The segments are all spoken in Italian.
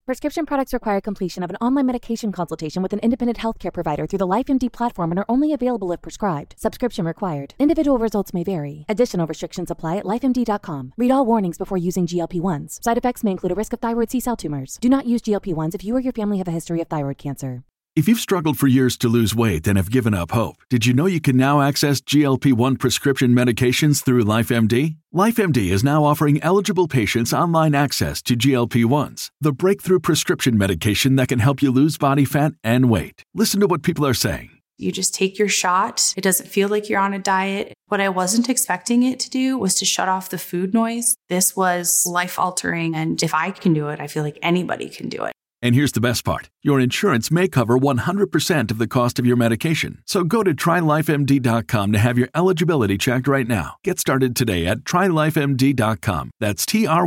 Prescription products require completion of an online medication consultation with an independent healthcare provider through the LifeMD platform and are only available if prescribed. Subscription required. Individual results may vary. Additional restrictions apply at lifemd.com. Read all warnings before using GLP-1s. Side effects may include a risk of thyroid C-cell tumors. Do not use GLP-1s if you or your family have a history of thyroid cancer. If you've struggled for years to lose weight and have given up hope, did you know you can now access GLP-1 prescription medications through LifeMD? LifeMD is now offering eligible patients online access to GLP-1s, the breakthrough prescription medication that can help you lose body fat and weight. Listen to what people are saying. You just take your shot. It doesn't feel like you're on a diet. What I wasn't expecting it to do was to shut off the food noise. This was life-altering, and if I can do it, I feel like anybody can do it. And here's the best part. Your insurance may cover 100% of the cost of your medication. So go to TryLifeMD.com to have your eligibility checked right now. Get started today at TryLifeMD.com. That's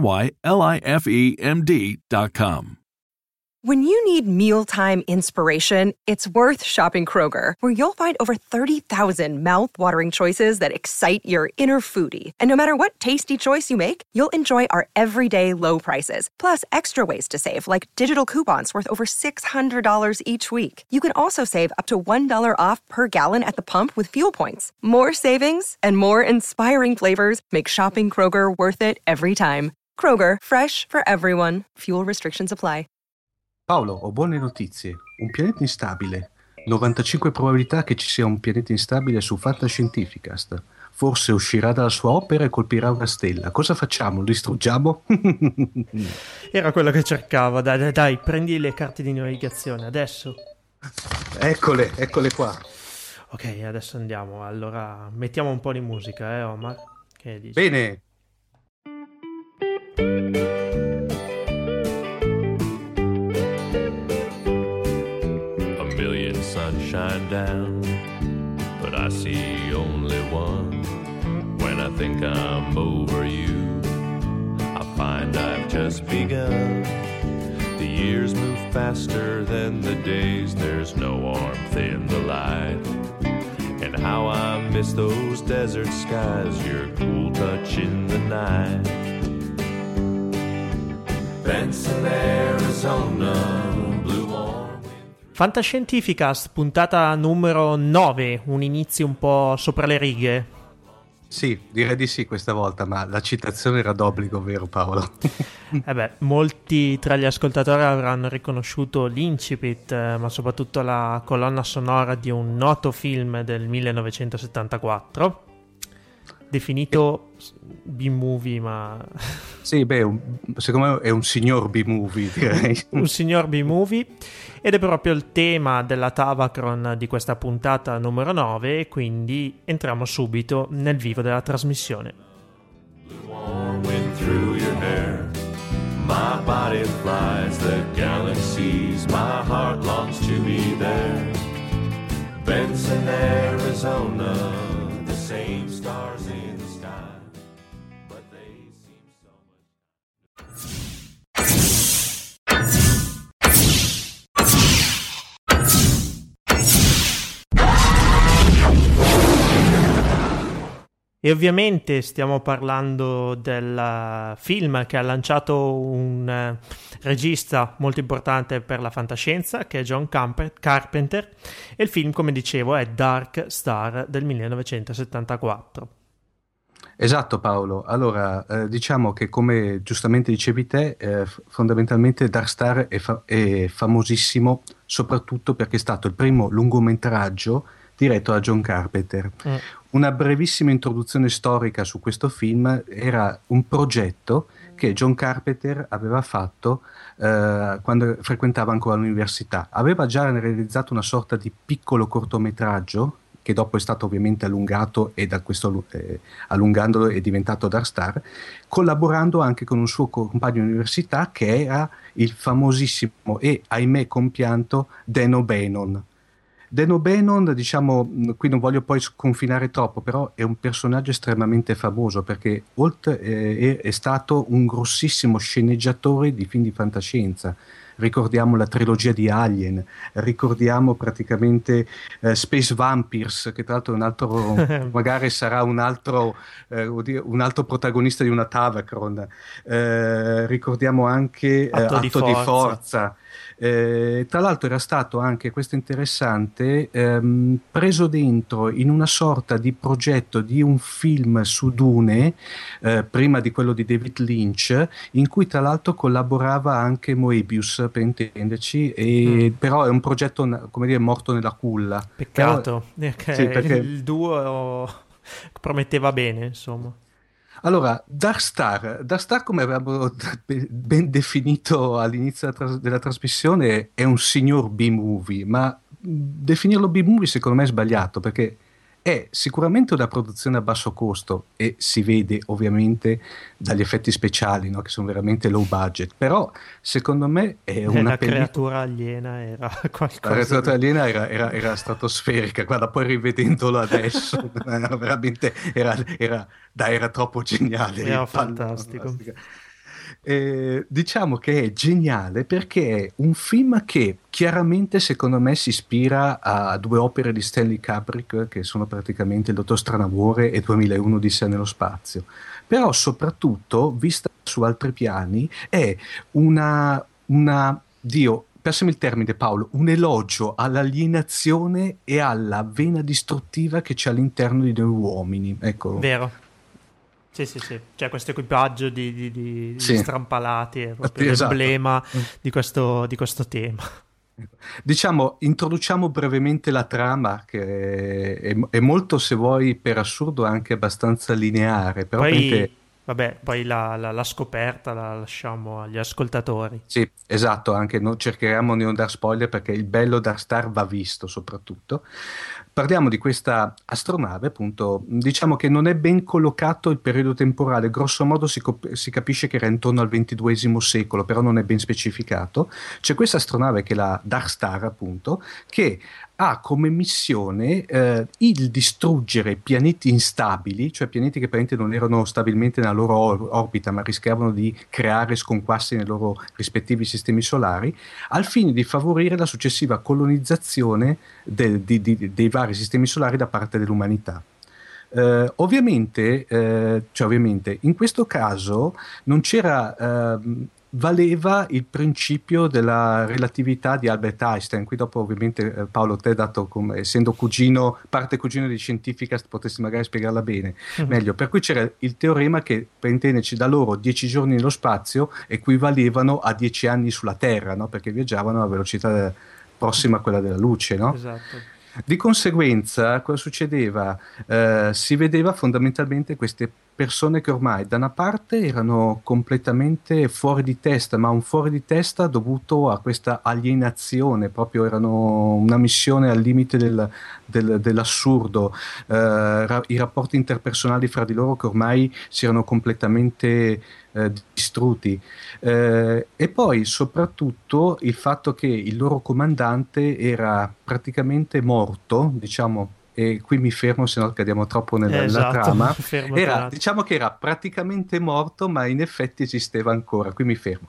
TryLifeMD.com. When you need mealtime inspiration, it's worth shopping Kroger, where you'll find over 30,000 mouth-watering choices that excite your inner foodie. And no matter what tasty choice you make, you'll enjoy our everyday low prices, plus extra ways to save, like digital coupons worth over $600 each week. You can also save up to $1 off per gallon at the pump with fuel points. More savings and more inspiring flavors make shopping Kroger worth it every time. Kroger, fresh for everyone. Fuel restrictions apply. Paolo, ho buone notizie. Un pianeta instabile. 95 probabilità che ci sia un pianeta instabile su Fantascientificast. Forse uscirà dalla sua opera e colpirà una stella. Cosa facciamo? Lo distruggiamo? Era quello che cercavo. Dai, prendi le carte di navigazione adesso. Eccole qua. Ok, adesso andiamo. Allora, mettiamo un po' di musica, Omar? Che dici? Bene. Sunshine down, but I see only one. When I think I'm over you, I find I've just begun. The years move faster than the days, there's no warmth in the light. And how I miss those desert skies, your cool touch in the night. Benson, Arizona, blue warm. Fantascientificast, puntata numero 9, un inizio un po' sopra le righe. Sì, direi di sì questa volta, ma la citazione era d'obbligo, vero Paolo? Molti tra gli ascoltatori avranno riconosciuto l'incipit, ma soprattutto la colonna sonora di un noto film del 1974, definito B-movie, ma... Sì, secondo me è un signor B-movie, direi. Un signor B-movie, ed è proprio il tema della Tavacron di questa puntata numero 9, quindi entriamo subito nel vivo della trasmissione. My body flies the galaxies, my heart longs to be there. Benson, Arizona, the same stars in the sky, but they seem so E ovviamente stiamo parlando del film che ha lanciato un regista molto importante per la fantascienza, che è John Carpenter, e il film, come dicevo, è Dark Star del 1974. Esatto Paolo, allora diciamo che, come giustamente dicevi te, fondamentalmente Dark Star è famosissimo soprattutto perché è stato il primo lungometraggio diretto da John Carpenter. Una brevissima introduzione storica su questo film: era un progetto che John Carpenter aveva fatto quando frequentava ancora l'università. Aveva già realizzato una sorta di piccolo cortometraggio che dopo è stato ovviamente allungato, e da questo allungandolo è diventato Dark Star, collaborando anche con un suo compagno di università che era il famosissimo e ahimè compianto Dan O'Bannon. Dan O'Bannon, diciamo, qui non voglio poi sconfinare troppo, però è un personaggio estremamente famoso perché oltre è stato un grossissimo sceneggiatore di film di fantascienza. ricordiamo la trilogia di Alien, ricordiamo praticamente Space Vampires, che tra l'altro è un altro, magari sarà un altro protagonista di una Tavacron, ricordiamo anche Atto di Forza. Tra l'altro era stato anche, questo interessante, preso dentro in una sorta di progetto di un film su Dune, prima di quello di David Lynch, in cui tra l'altro collaborava anche Moebius, per intenderci, però è un progetto, come dire, morto nella culla. Peccato, sì, perché il duo prometteva bene, insomma. Allora, Dark Star, come avevamo ben definito all'inizio della trasmissione, è un signor B-movie, ma definirlo B-movie secondo me è sbagliato, perché è sicuramente una produzione a basso costo e si vede ovviamente dagli effetti speciali, no? Che sono veramente low budget, però secondo me è una la creatura aliena era qualcosa. La creatura aliena era stratosferica, guarda, poi rivedendolo adesso veramente era troppo geniale, era fantastico. Diciamo che è geniale perché è un film che chiaramente secondo me si ispira a due opere di Stanley Kubrick, che sono praticamente Il Dottor Stranamore e 2001 Odissea nello spazio, però soprattutto vista su altri piani è Dio, passami il termine Paolo, un elogio all'alienazione e alla vena distruttiva che c'è all'interno di noi uomini, ecco. Vero. Sì, c'è questo equipaggio di strampalati, è proprio l'emblema di questo tema. Diciamo, introduciamo brevemente la trama, che è molto, se vuoi, per assurdo anche abbastanza lineare, però poi la scoperta la lasciamo agli ascoltatori. Sì, esatto, anche cercheremo di non dar spoiler perché il bello Dark Star va visto soprattutto. Parliamo di questa astronave, appunto, diciamo che non è ben collocato il periodo temporale, grosso modo si capisce che era intorno al XXII secolo, però non è ben specificato. C'è questa astronave che è la Dark Star, appunto, che ha come missione il distruggere pianeti instabili, cioè pianeti che praticamente non erano stabilmente nella loro orbita, ma rischiavano di creare sconquassi nei loro rispettivi sistemi solari, al fine di favorire la successiva colonizzazione dei vari sistemi solari da parte dell'umanità. Ovviamente, in questo caso non c'era... valeva il principio della relatività di Albert Einstein. Qui dopo ovviamente Paolo, te dato come essendo parte cugino di scientifica, potresti magari spiegarla bene meglio. Per cui c'era il teorema che, per intenderci, da loro 10 giorni nello spazio equivalevano a 10 anni sulla Terra, no? Perché viaggiavano a velocità prossima a quella della luce, no? Esatto. Di conseguenza, cosa succedeva? Si vedeva fondamentalmente queste persone che ormai da una parte erano completamente fuori di testa, ma un fuori di testa dovuto a questa alienazione, proprio erano una missione al limite dell'assurdo, i rapporti interpersonali fra di loro che ormai si erano completamente distrutti, e poi soprattutto il fatto che il loro comandante era praticamente morto, diciamo, e qui mi fermo se no cadiamo troppo nella trama. Diciamo che era praticamente morto, ma in effetti esisteva ancora, qui mi fermo.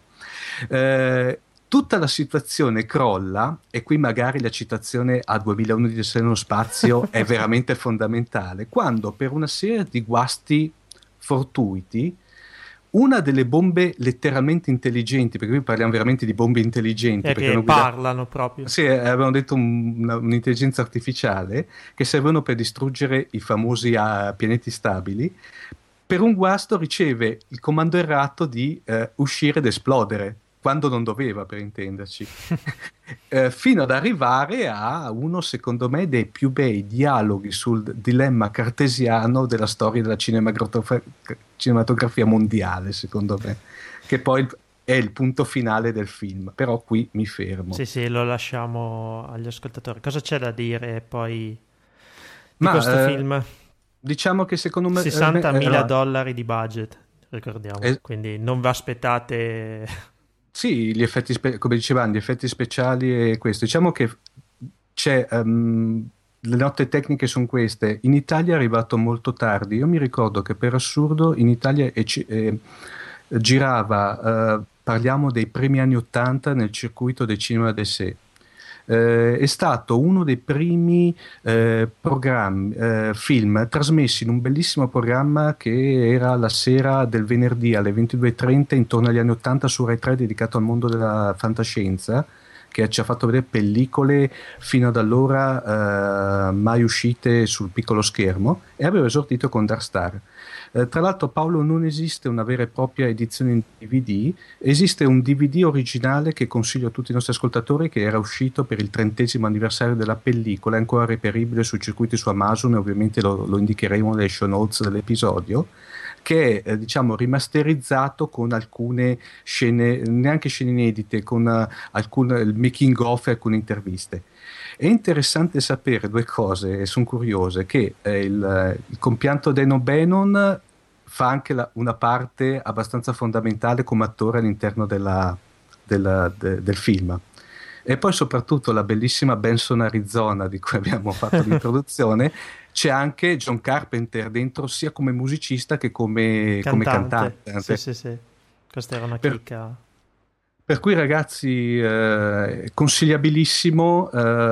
Tutta la situazione crolla, e qui magari la citazione a 2001 di Odissea nello spazio è veramente fondamentale, quando per una serie di guasti fortuiti una delle bombe letteralmente intelligenti, perché qui parliamo veramente di bombe intelligenti, perché che parlano proprio. Sì, avevano detto un'intelligenza artificiale che servono per distruggere i famosi pianeti stabili. Per un guasto riceve il comando errato di uscire ed esplodere, quando non doveva, per intenderci. Fino ad arrivare a uno, secondo me, dei più bei dialoghi sul dilemma cartesiano della storia della cinematografia mondiale, secondo me, che poi è il punto finale del film, però qui mi fermo. Sì, lo lasciamo agli ascoltatori. Cosa c'è da dire poi di questo film? Diciamo che secondo me $60.000 di budget, ricordiamo, quindi non vi aspettate... Sì, gli effetti come dicevamo, gli effetti speciali e questo. Diciamo che c'è... le note tecniche sono queste. In Italia è arrivato molto tardi. Io mi ricordo che per assurdo in Italia girava parliamo dei primi anni '80 nel circuito del cinema d'essai. È stato uno dei primi film trasmessi in un bellissimo programma che era la sera del venerdì alle 22:30 intorno agli anni '80 su Rai 3, dedicato al mondo della fantascienza, che ci ha fatto vedere pellicole fino ad allora mai uscite sul piccolo schermo, e aveva esordito con Dark Star. Tra l'altro, Paolo, non esiste una vera e propria edizione in DVD, esiste un DVD originale che consiglio a tutti i nostri ascoltatori, che era uscito per il 30° anniversario della pellicola, è ancora reperibile sui circuiti su Amazon, e ovviamente lo indicheremo nelle show notes dell'episodio, che è diciamo rimasterizzato con alcune scene, neanche scene inedite, con il making of e alcune interviste. È interessante sapere due cose, e sono curiose, che il compianto Dan O'Bannon fa anche una parte abbastanza fondamentale come attore all'interno del film. E poi soprattutto la bellissima Benson Arizona, di cui abbiamo fatto l'introduzione, c'è anche John Carpenter dentro, sia come musicista che come cantante. Sì. Questa era una chicca. Per cui ragazzi, consigliabilissimo,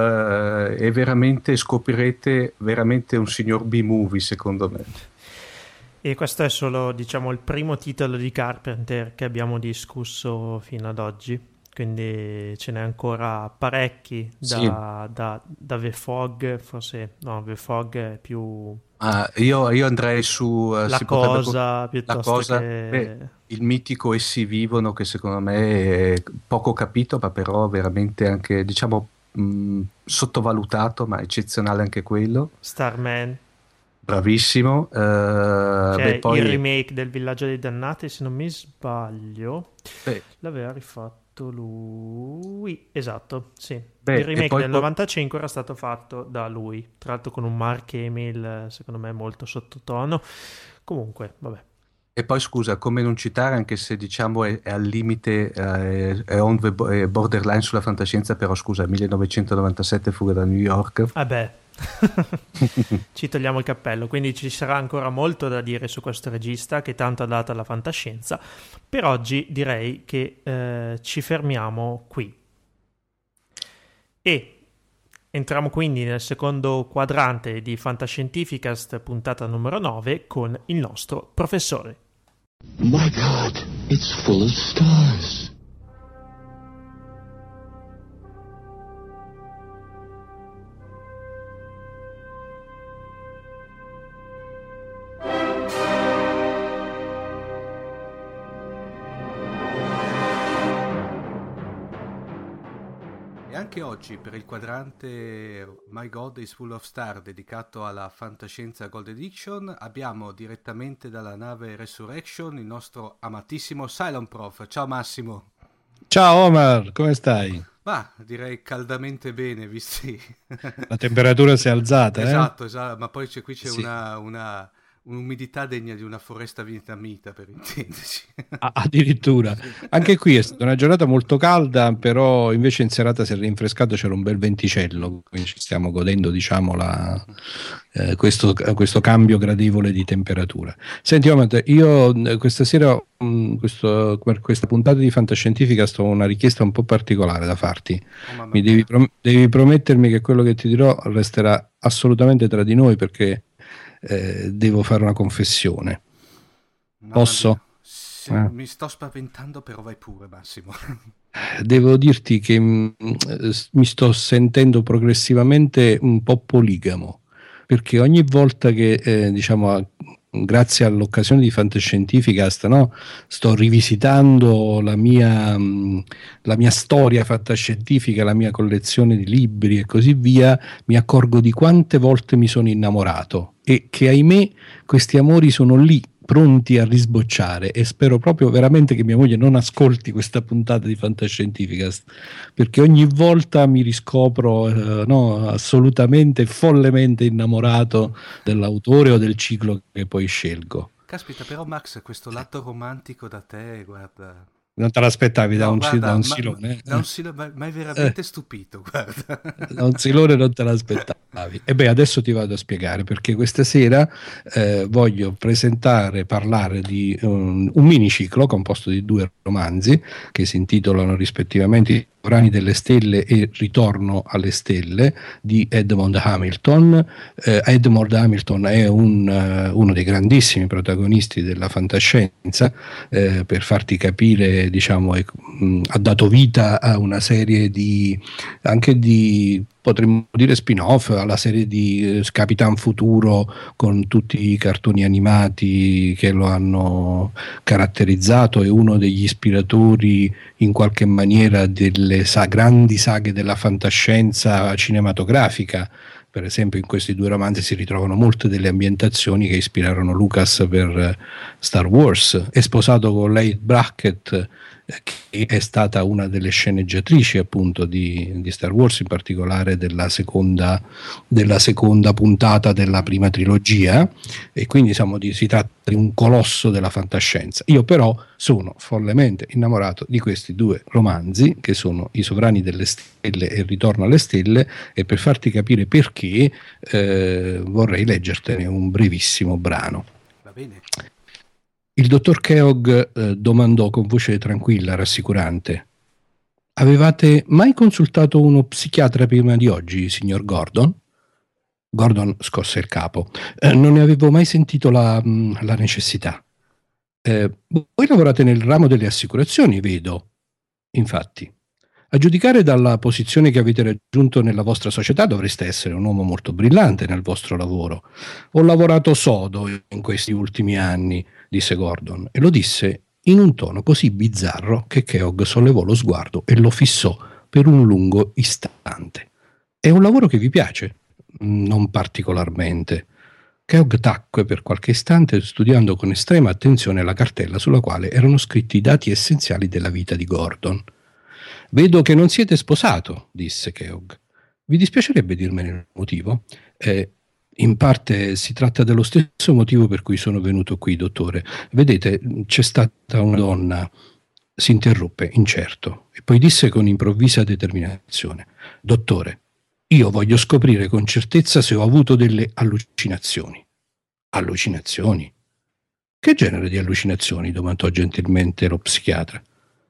e veramente scoprirete veramente un signor B-movie, secondo me. E questo è solo, diciamo, il primo titolo di Carpenter che abbiamo discusso fino ad oggi, quindi ce n'è ancora parecchi da The Fog, forse no, The Fog è più... io andrei su La Cosa, piuttosto che... il mitico Essi vivono, che secondo me è poco capito, ma però veramente anche, diciamo, sottovalutato, ma eccezionale anche quello. Starman. Bravissimo. Che è il remake del Villaggio dei Dannati, se non mi sbaglio. L'aveva rifatto lui. Esatto, sì. Il remake del 95 era stato fatto da lui, tra l'altro con un Mark Hamill, secondo me molto sottotono. Comunque, vabbè. E poi scusa, come non citare, anche se diciamo è al limite, è on the borderline sulla fantascienza, però scusa, 1997 Fuga da New York. Ci togliamo il cappello, quindi ci sarà ancora molto da dire su questo regista che tanto ha dato alla fantascienza. Per oggi direi che ci fermiamo qui e entriamo quindi nel secondo quadrante di Fantascientificast, puntata numero 9, con il nostro professore. My God, it's full of stars. Anche oggi per il quadrante My God is Full of Star, dedicato alla fantascienza Gold Edition, abbiamo direttamente dalla nave Resurrection il nostro amatissimo Cylon Prof. Ciao Massimo. Ciao Omar, come stai? Direi caldamente bene, visti la temperatura si è alzata. Esatto, ma poi c'è un'umidità degna di una foresta vietnamita, per intenderci. Addirittura. Anche qui è stata una giornata molto calda, però invece in serata si è rinfrescato, c'era un bel venticello, quindi ci stiamo godendo, diciamo, questo cambio gradevole di temperatura. Senti Omar, io questa sera per questa puntata di Fantascientifica ho una richiesta un po' particolare da farti. Devi promettermi che quello che ti dirò resterà assolutamente tra di noi, perché devo fare una confessione. Posso? Mi sto spaventando, però vai pure Massimo. Devo dirti che mi sto sentendo progressivamente un po' poligamo, perché ogni volta che diciamo grazie all'occasione di Fantascientificast, no, sto rivisitando la mia storia fantascientifica, la mia collezione di libri e così via, mi accorgo di quante volte mi sono innamorato e che, ahimè, questi amori sono lì pronti a risbocciare, e spero proprio veramente che mia moglie non ascolti questa puntata di Fantascientificast, perché ogni volta mi riscopro assolutamente follemente innamorato dell'autore o del ciclo che poi scelgo. Caspita, però Max, questo lato romantico da te, guarda, Non te l'aspettavi da No, un guarda, silone? ma è veramente stupito, guarda. Da un silone non te l'aspettavi. E beh, adesso ti vado a spiegare, perché questa sera voglio parlare di un miniciclo composto di 2 romanzi che si intitolano rispettivamente I sovrani delle stelle e Ritorno alle stelle di Edmond Hamilton. Edmond Hamilton è uno dei grandissimi protagonisti della fantascienza. Per farti capire, diciamo, ha dato vita a una serie anche di, potremmo dire, spin-off, alla serie di Capitan Futuro, con tutti i cartoni animati che lo hanno caratterizzato. È uno degli ispiratori in qualche maniera delle grandi saghe della fantascienza cinematografica. Per esempio, in questi 2 romanzi si ritrovano molte delle ambientazioni che ispirarono Lucas per Star Wars. È sposato con Leigh Brackett, che è stata una delle sceneggiatrici appunto di Star Wars, in particolare della seconda puntata della prima trilogia, e quindi si tratta di un colosso della fantascienza. Io però sono follemente innamorato di questi 2 romanzi, che sono I sovrani delle stelle e Ritorno alle stelle, e per farti capire perché vorrei leggertene un brevissimo brano. Va bene. Il dottor Keogh domandò con voce tranquilla, rassicurante: avevate mai consultato uno psichiatra prima di oggi, signor Gordon? Gordon scosse il capo. Non ne avevo mai sentito la necessità. Voi lavorate nel ramo delle assicurazioni, vedo. Infatti, a giudicare dalla posizione che avete raggiunto nella vostra società, dovreste essere un uomo molto brillante nel vostro lavoro. Ho lavorato sodo in questi ultimi anni, disse Gordon, e lo disse in un tono così bizzarro che Keogh sollevò lo sguardo e lo fissò per un lungo istante. È un lavoro che vi piace? Non particolarmente. Keogh tacque per qualche istante, studiando con estrema attenzione la cartella sulla quale erano scritti i dati essenziali della vita di Gordon. Vedo che non siete sposato, disse Keogh. Vi dispiacerebbe dirmene il motivo? In parte si tratta dello stesso motivo per cui sono venuto qui, dottore. Vedete, c'è stata una donna. Si interruppe, incerto, e poi disse con improvvisa determinazione: dottore, io voglio scoprire con certezza se ho avuto delle allucinazioni. Allucinazioni? Che genere di allucinazioni? Domandò gentilmente lo psichiatra.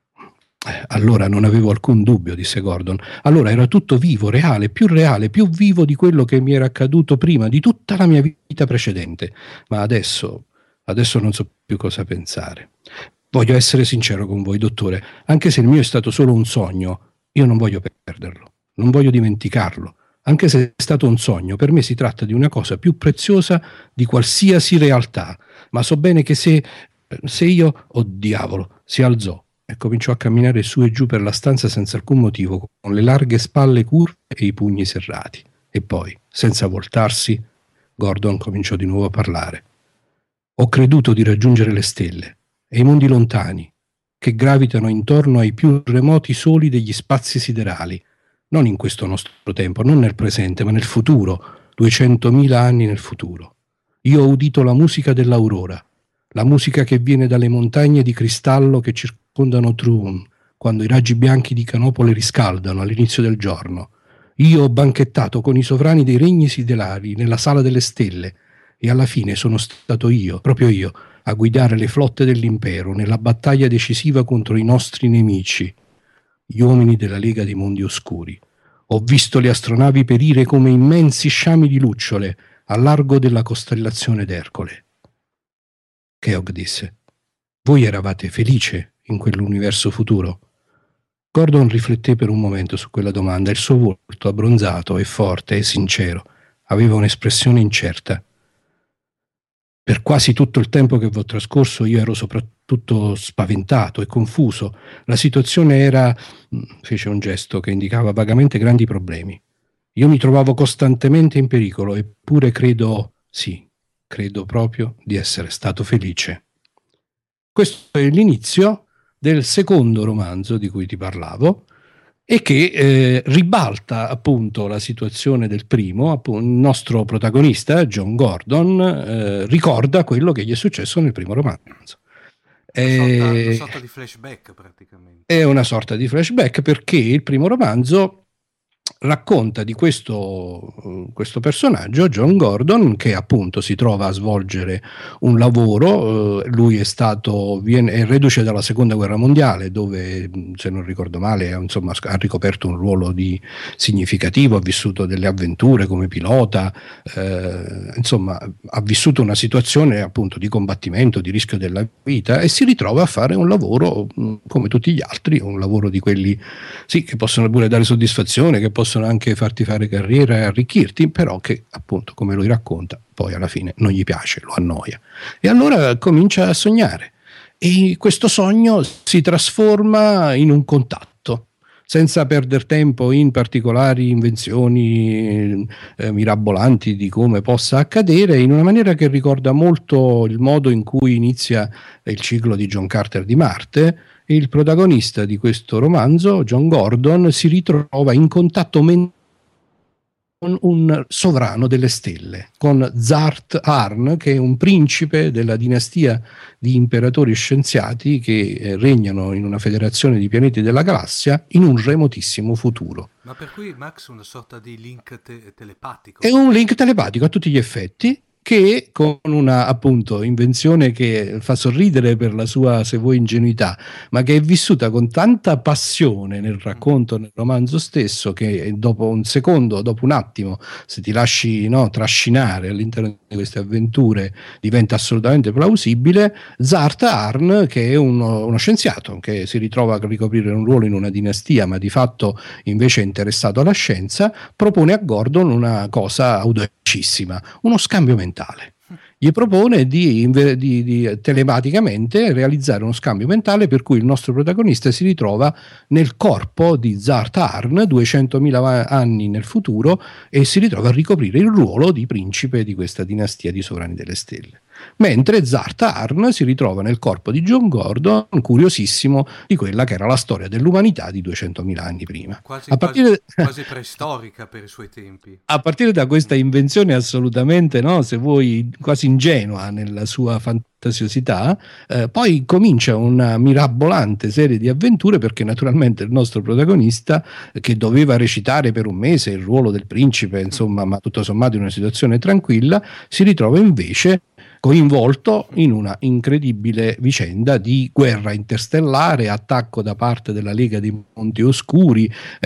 Allora non avevo alcun dubbio, disse Gordon. Allora era tutto vivo, reale, più vivo di quello che mi era accaduto prima, di tutta la mia vita precedente. Ma adesso non so più cosa pensare. Voglio essere sincero con voi, dottore, anche se il mio è stato solo un sogno, io non voglio perderlo, non voglio dimenticarlo. Anche se è stato un sogno, per me si tratta di una cosa più preziosa di qualsiasi realtà. Ma so bene che se io... Oh diavolo, si alzò e cominciò a camminare su e giù per la stanza senza alcun motivo, con le larghe spalle curve e i pugni serrati. E poi, senza voltarsi, Gordon cominciò di nuovo a parlare. Ho creduto di raggiungere le stelle e i mondi lontani, che gravitano intorno ai più remoti soli degli spazi siderali, non in questo nostro tempo, non nel presente, ma nel futuro, 200.000 anni nel futuro. Io ho udito la musica dell'aurora, la musica che viene dalle montagne di cristallo che circondano Troon, quando i raggi bianchi di Canopole riscaldano all'inizio del giorno. Io ho banchettato con i sovrani dei regni siderali nella sala delle stelle e alla fine sono stato io, proprio io, a guidare le flotte dell'impero nella battaglia decisiva contro i nostri nemici, gli uomini della Lega dei Mondi Oscuri. Ho visto le astronavi perire come immensi sciami di lucciole al largo della costellazione d'Ercole. Keogh disse: voi eravate felice in quell'universo futuro? Gordon rifletté per un momento su quella domanda. Il suo volto, abbronzato e forte e sincero, aveva un'espressione incerta. Per quasi tutto il tempo che v'ho trascorso io ero soprattutto spaventato e confuso. La situazione era... fece un gesto che indicava vagamente grandi problemi. Io mi trovavo costantemente in pericolo, eppure credo proprio di essere stato felice. Questo è l'inizio del secondo romanzo di cui ti parlavo e che ribalta appunto la situazione del primo. Appunto, il nostro protagonista, John Gordon, ricorda quello che gli è successo nel primo romanzo. Una sorta di flashback praticamente. È una sorta di flashback perché il primo romanzo racconta di questo personaggio, John Gordon, che appunto si trova a svolgere un lavoro. Lui è reduce dalla seconda guerra mondiale, dove, se non ricordo male, insomma, ha ricoperto un ruolo significativo, ha vissuto delle avventure come pilota, insomma ha vissuto una situazione appunto di combattimento, di rischio della vita, e si ritrova a fare un lavoro come tutti gli altri, un lavoro di quelli sì, che possono pure dare soddisfazione, che possono anche farti fare carriera e arricchirti, però che appunto, come lui racconta, poi alla fine non gli piace, lo annoia, e allora comincia a sognare, e questo sogno si trasforma in un contatto, senza perdere tempo in particolari invenzioni mirabolanti di come possa accadere, in una maniera che ricorda molto il modo in cui inizia il ciclo di John Carter di Marte. Il protagonista di questo romanzo, John Gordon, si ritrova in contatto con un sovrano delle stelle, con Zart Arn, che è un principe della dinastia di imperatori scienziati che regnano in una federazione di pianeti della galassia in un remotissimo futuro. Ma per cui Max è una sorta di link telepatico? È un link telepatico a tutti gli effetti, che con una appunto invenzione che fa sorridere per la sua, se vuoi, ingenuità, ma che è vissuta con tanta passione nel racconto, nel romanzo stesso, che dopo un secondo, dopo un attimo, se ti lasci trascinare all'interno di queste avventure, diventa assolutamente plausibile. Zart Arn, che è uno scienziato che si ritrova a ricoprire un ruolo in una dinastia, ma di fatto invece è interessato alla scienza, propone a Gordon una cosa audacissima, uno scambio mentale. Gli propone di telematicamente realizzare uno scambio mentale per cui il nostro protagonista si ritrova nel corpo di Zart Arn 200.000 anni nel futuro, e si ritrova a ricoprire il ruolo di principe di questa dinastia di sovrani delle stelle, mentre Zart Arn si ritrova nel corpo di John Gordon, curiosissimo di quella che era la storia dell'umanità di 200.000 anni prima. Quasi preistorica per i suoi tempi. A partire da questa invenzione assolutamente, se vuoi, quasi ingenua nella sua fantasiosità, poi comincia una mirabolante serie di avventure, perché naturalmente il nostro protagonista, che doveva recitare per un mese il ruolo del principe, insomma, ma tutto sommato in una situazione tranquilla, si ritrova invece coinvolto in una incredibile vicenda di guerra interstellare, attacco da parte della Lega dei Monti Oscuri,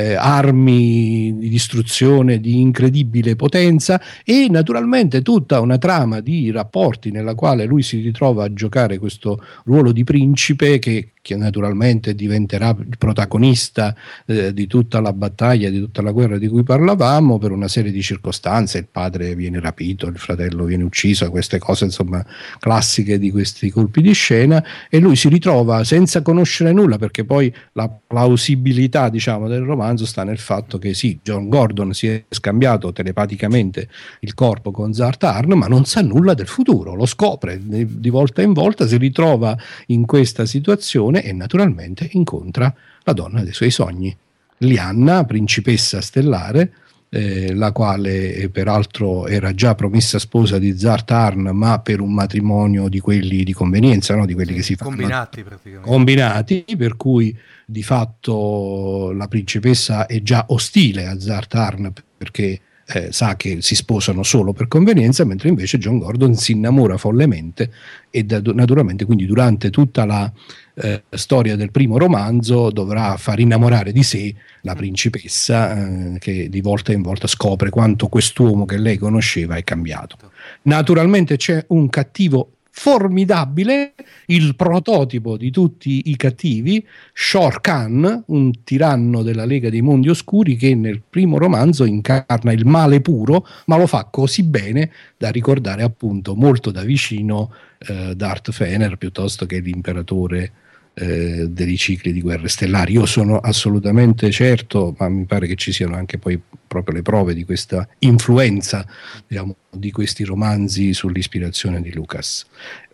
armi di distruzione di incredibile potenza, e naturalmente tutta una trama di rapporti nella quale lui si ritrova a giocare questo ruolo di principe che naturalmente diventerà il protagonista di tutta la battaglia, di tutta la guerra di cui parlavamo, per una serie di circostanze. Il padre viene rapito, il fratello viene ucciso, queste cose insomma classiche di questi colpi di scena, e lui si ritrova senza conoscere nulla, perché poi la plausibilità, diciamo, del romanzo sta nel fatto che sì, John Gordon si è scambiato telepaticamente il corpo con Zart Arn, ma non sa nulla del futuro, lo scopre di volta in volta, si ritrova in questa situazione e naturalmente incontra la donna dei suoi sogni, Lyanna, principessa stellare, la quale peraltro era già promessa sposa di Zart Arn, ma per un matrimonio di quelli di convenienza, di quelli che si fanno combinati, per cui di fatto la principessa è già ostile a Zart Arn, perché sa che si sposano solo per convenienza, mentre invece John Gordon si innamora follemente, e naturalmente quindi durante tutta la storia del primo romanzo dovrà far innamorare di sé la principessa, che di volta in volta scopre quanto quest'uomo che lei conosceva è cambiato. Naturalmente c'è un cattivo formidabile, il prototipo di tutti i cattivi, Shor Khan, un tiranno della Lega dei Mondi Oscuri, che nel primo romanzo incarna il male puro, ma lo fa così bene da ricordare appunto molto da vicino Darth Fener piuttosto che l'imperatore dei cicli di guerre stellari. Io sono assolutamente certo, ma mi pare che ci siano anche poi proprio le prove di questa influenza, diciamo, di questi romanzi sull'ispirazione di Lucas.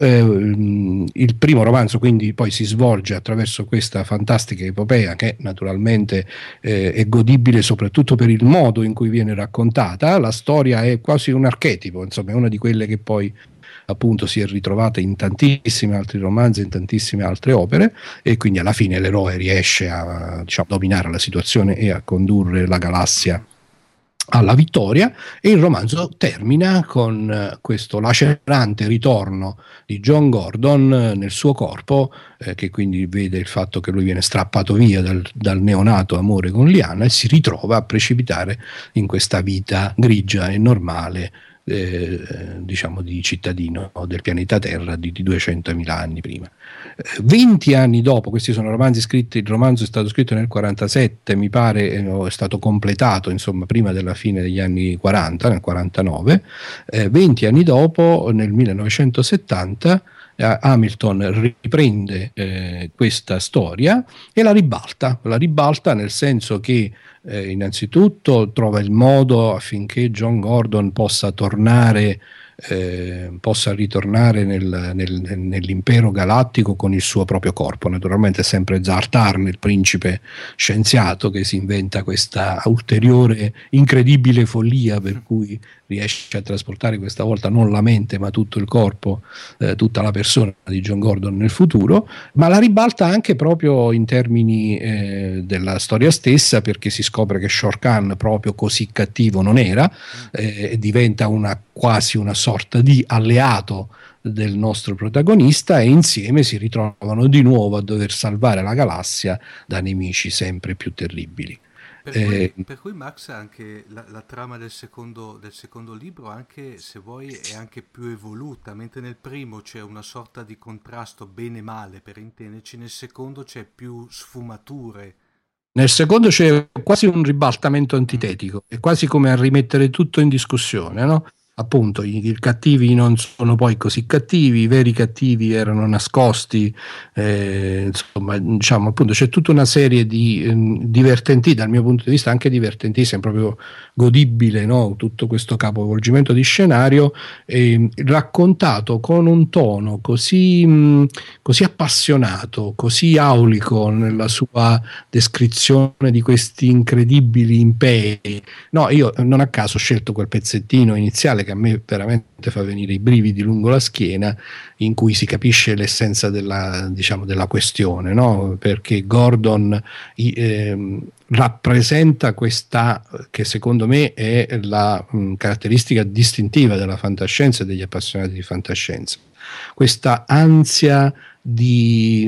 Il primo romanzo quindi poi si svolge attraverso questa fantastica epopea, che naturalmente è godibile soprattutto per il modo in cui viene raccontata. La storia è quasi un archetipo, insomma è una di quelle che poi appunto si è ritrovata in tantissimi altri romanzi, in tantissime altre opere, e quindi alla fine l'eroe riesce a, diciamo, dominare la situazione e a condurre la galassia alla vittoria, e il romanzo termina con questo lacerante ritorno di John Gordon nel suo corpo, che quindi vede il fatto che lui viene strappato via dal neonato amore con Lyanna e si ritrova a precipitare in questa vita grigia e normale, diciamo di cittadino del pianeta Terra di 200.000 anni prima. 20 anni dopo, questi sono romanzi scritti, il romanzo è stato scritto nel 47, mi pare, è stato completato insomma prima della fine degli anni 40, nel 49, 20 anni dopo, nel 1970, Hamilton riprende questa storia e la ribalta nel senso che innanzitutto trova il modo affinché John Gordon possa ritornare nell'impero galattico con il suo proprio corpo. Naturalmente è sempre Zartarn, il principe scienziato, che si inventa questa ulteriore incredibile follia per cui riesce a trasportare questa volta non la mente ma tutto il corpo, tutta la persona di John Gordon nel futuro, ma la ribalta anche proprio in termini della storia stessa, perché si scopre che Shor Khan proprio così cattivo non era, e diventa quasi una sorta di alleato del nostro protagonista, e insieme si ritrovano di nuovo a dover salvare la galassia da nemici sempre più terribili. Per cui Max, anche la trama del secondo libro, anche se vuoi, è anche più evoluta, mentre nel primo c'è una sorta di contrasto bene-male, per intenderci, nel secondo c'è più sfumature. Nel secondo c'è quasi un ribaltamento antitetico, è quasi come a rimettere tutto in discussione, no? Appunto, i cattivi non sono poi così cattivi, i veri cattivi erano nascosti, insomma, diciamo, appunto, c'è tutta una serie di divertenti, dal mio punto di vista anche divertentissimi, proprio godibile, no? Tutto questo capovolgimento di scenario, raccontato con un tono così appassionato, così aulico nella sua descrizione di questi incredibili imperi. No, io non a caso ho scelto quel pezzettino iniziale che a me veramente fa venire i brividi lungo la schiena, in cui si capisce l'essenza della questione, no? Perché Gordon rappresenta questa, che secondo me è la caratteristica distintiva della fantascienza e degli appassionati di fantascienza, questa ansia di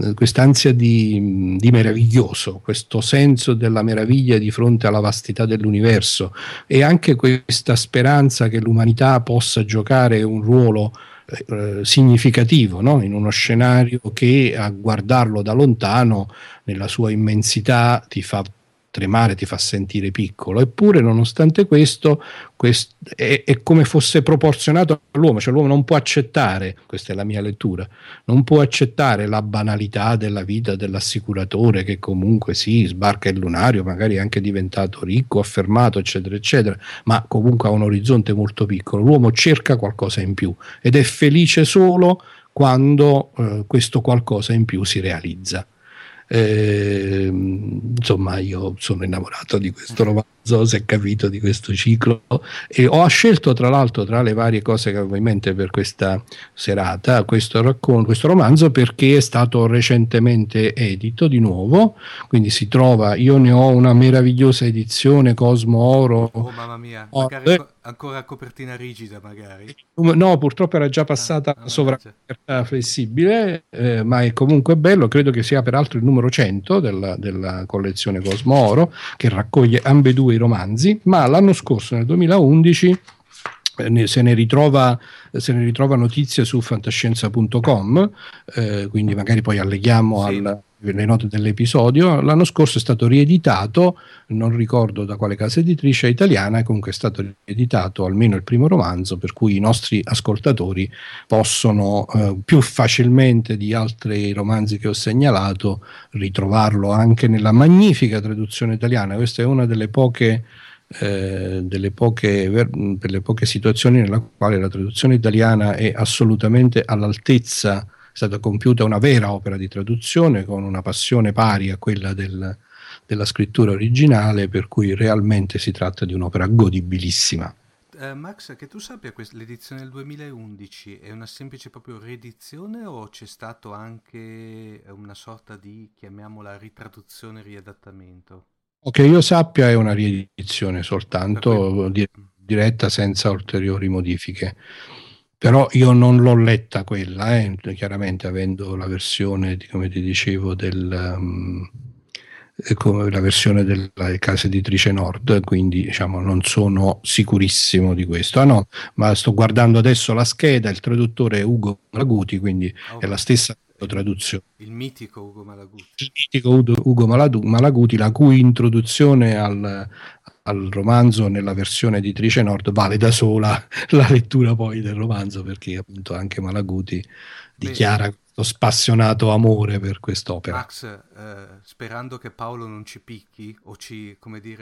meraviglioso, questo senso della meraviglia di fronte alla vastità dell'universo, e anche questa speranza che l'umanità possa giocare un ruolo significativo, no? In uno scenario che, a guardarlo da lontano nella sua immensità, ti fa tremare, ti fa sentire piccolo. Eppure, nonostante questo è come fosse proporzionato all'uomo, cioè l'uomo non può accettare, questa è la mia lettura, non può accettare la banalità della vita dell'assicuratore che comunque si sbarca il lunario, magari è anche diventato ricco, affermato, eccetera eccetera, ma comunque ha un orizzonte molto piccolo. L'uomo cerca qualcosa in più ed è felice solo quando questo qualcosa in più si realizza. Insomma, io sono innamorato di questo romanzo, si è capito, di questo ciclo, e ho scelto, tra l'altro, tra le varie cose che avevo in mente per questa serata, questo romanzo, perché è stato recentemente edito di nuovo, quindi si trova, io ne ho una meravigliosa edizione Cosmo Oro. Oh mamma mia, magari ancora a copertina rigida magari. No, purtroppo era già passata la sovracoperta flessibile, ma è comunque bello. Credo che sia peraltro il numero 100 della collezione Cosmo Oro, che raccoglie ambedue i romanzi, ma l'anno scorso, nel 2011, se ne ritrova notizia su fantascienza.com, quindi magari poi alleghiamo le note dell'episodio. L'anno scorso è stato rieditato, non ricordo da quale casa editrice italiana, e comunque è stato rieditato almeno il primo romanzo, per cui i nostri ascoltatori possono più facilmente di altri romanzi che ho segnalato ritrovarlo anche nella magnifica traduzione italiana. Questa è una delle poche situazioni nella quale la traduzione italiana è assolutamente all'altezza. È stata compiuta una vera opera di traduzione con una passione pari a quella della scrittura originale, per cui realmente si tratta di un'opera godibilissima. Max, che tu sappia, l'edizione del 2011 è una semplice proprio riedizione o c'è stato anche una sorta di, chiamiamola, ritraduzione, riadattamento? Che io sappia è una riedizione soltanto, diretta senza ulteriori modifiche. Però io non l'ho letta quella, chiaramente avendo la versione, come ti dicevo, come la versione della casa editrice Nord, quindi diciamo non sono sicurissimo di questo. Ah no, ma sto guardando adesso la scheda, il traduttore è Ugo Malaguti, quindi è la stessa traduzione. Il mitico Ugo Malaguti. Il mitico Ugo Malaguti, la cui introduzione al romanzo nella versione editrice Nord vale da sola la lettura poi del romanzo, perché appunto anche Malaguti dichiara questo spassionato amore per quest'opera. Max, sperando che Paolo non ci picchi o ci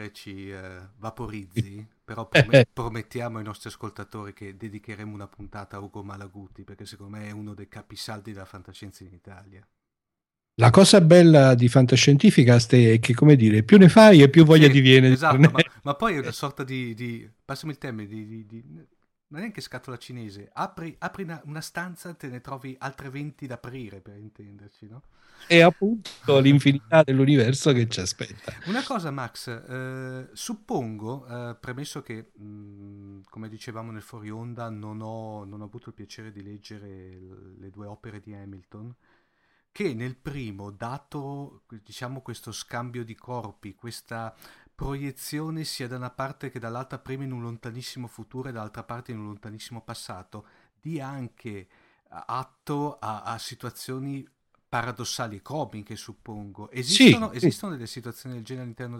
vaporizzi, però promettiamo ai nostri ascoltatori che dedicheremo una puntata a Ugo Malaguti, perché secondo me è uno dei capisaldi della fantascienza in Italia. La cosa bella di Fantascientificast è che, come dire, più ne fai e più voglia ti viene. Esatto, ma poi è una sorta di passami il termine, non è neanche scatola cinese, apri una stanza, te ne trovi altre 20 da aprire, per intenderci, no? È appunto l'infinità dell'universo che ci aspetta. Una cosa, Max, suppongo, premesso che, come dicevamo nel fuori onda, non ho avuto il piacere di leggere le due opere di Hamilton, che nel primo, dato diciamo questo scambio di corpi, questa proiezione sia da una parte che dall'altra, prima in un lontanissimo futuro e dall'altra parte in un lontanissimo passato, dia anche atto a situazioni paradossali e comiche, suppongo. Esistono delle situazioni del genere all'interno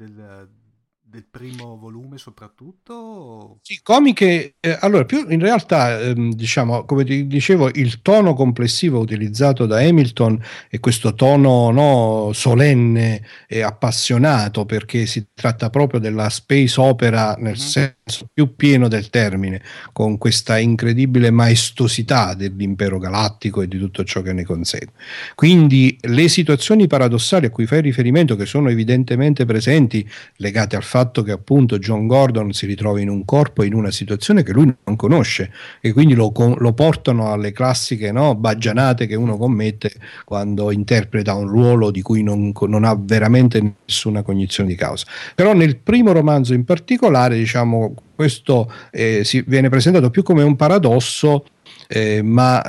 del primo volume soprattutto? Sì, comiche, allora più in realtà diciamo, come ti dicevo, il tono complessivo utilizzato da Hamilton è questo tono solenne e appassionato, perché si tratta proprio della space opera nel senso più pieno del termine, con questa incredibile maestosità dell'impero galattico e di tutto ciò che ne consegue. Quindi le situazioni paradossali a cui fai riferimento, che sono evidentemente presenti, legate al fatto che appunto John Gordon si ritrova in un corpo, in una situazione che lui non conosce, e quindi lo portano alle classiche baggianate che uno commette quando interpreta un ruolo di cui non ha veramente nessuna cognizione di causa. Però nel primo romanzo in particolare, diciamo, questo viene presentato più come un paradosso, ma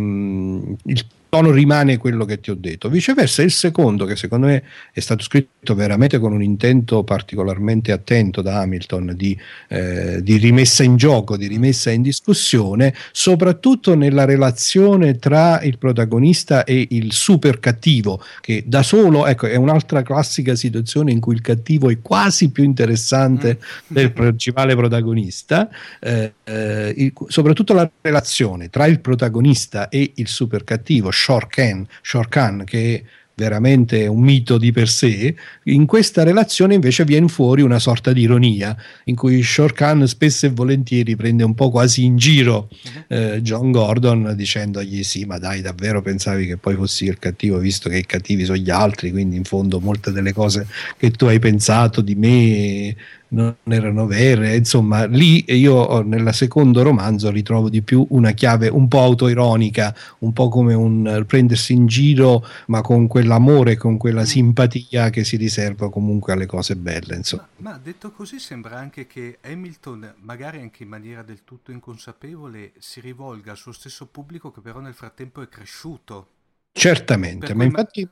il tono rimane quello che ti ho detto. Viceversa il secondo, che secondo me è stato scritto veramente con un intento particolarmente attento da Hamilton di rimessa in gioco, di rimessa in discussione, soprattutto nella relazione tra il protagonista e il super cattivo, che da solo, ecco, è un'altra classica situazione in cui il cattivo è quasi più interessante del principale protagonista, soprattutto la relazione tra il protagonista e il super cattivo Shor Khan, che è veramente un mito di per sé. In questa relazione invece viene fuori una sorta di ironia, in cui Shor Khan spesso e volentieri prende un po' quasi in giro John Gordon, dicendogli: sì, ma dai, davvero pensavi che poi fossi il cattivo, visto che i cattivi sono gli altri, quindi in fondo molte delle cose che tu hai pensato di me non erano vere. Insomma, lì io nel secondo romanzo ritrovo di più una chiave un po' autoironica, un po' come un prendersi in giro, ma con quell'amore, con quella simpatia che si riserva comunque alle cose belle, insomma. Ma detto così sembra anche che Hamilton, magari anche in maniera del tutto inconsapevole, si rivolga al suo stesso pubblico, che però nel frattempo è cresciuto. Certamente, ma infatti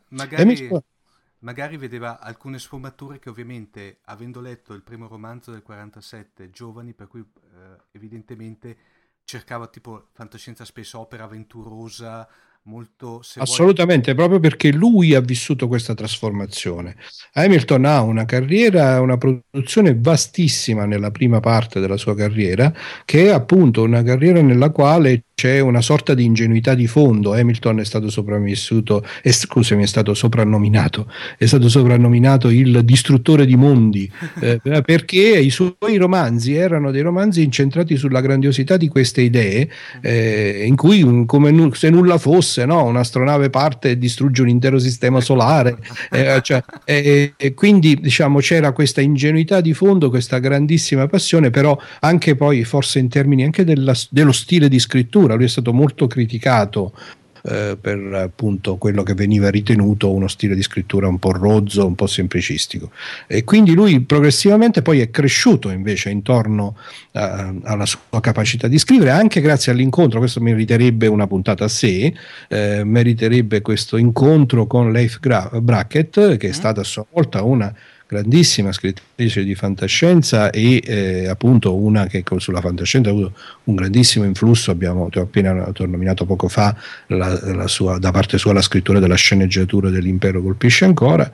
magari vedeva alcune sfumature che, ovviamente, avendo letto il primo romanzo del 47, giovani, per cui evidentemente cercava tipo fantascienza space opera avventurosa, molto, assolutamente, proprio perché lui ha vissuto questa trasformazione. Hamilton ha una carriera, una produzione vastissima nella prima parte della sua carriera, che è appunto una carriera nella quale c'è una sorta di ingenuità di fondo. Hamilton è stato è stato soprannominato il distruttore di mondi, perché i suoi romanzi erano dei romanzi incentrati sulla grandiosità di queste idee, in cui come se nulla fosse, un'astronave parte e distrugge un intero sistema solare, quindi diciamo c'era questa ingenuità capacità di fondo, questa grandissima passione, però anche poi forse in termini anche dello stile di scrittura. Lui è stato molto criticato per appunto quello che veniva ritenuto uno stile di scrittura un po' rozzo, un po' semplicistico, e quindi lui progressivamente poi è cresciuto invece intorno alla sua capacità di scrivere, anche grazie all'incontro. Questo meriterebbe una puntata a sé, meriterebbe questo incontro con Leif Brackett, che è stata a sua volta una grandissima scrittrice di fantascienza e appunto una che sulla fantascienza ha avuto un grandissimo influsso. Ti ho appena nominato poco fa la sua, da parte sua, la scrittura della sceneggiatura dell'Impero colpisce ancora,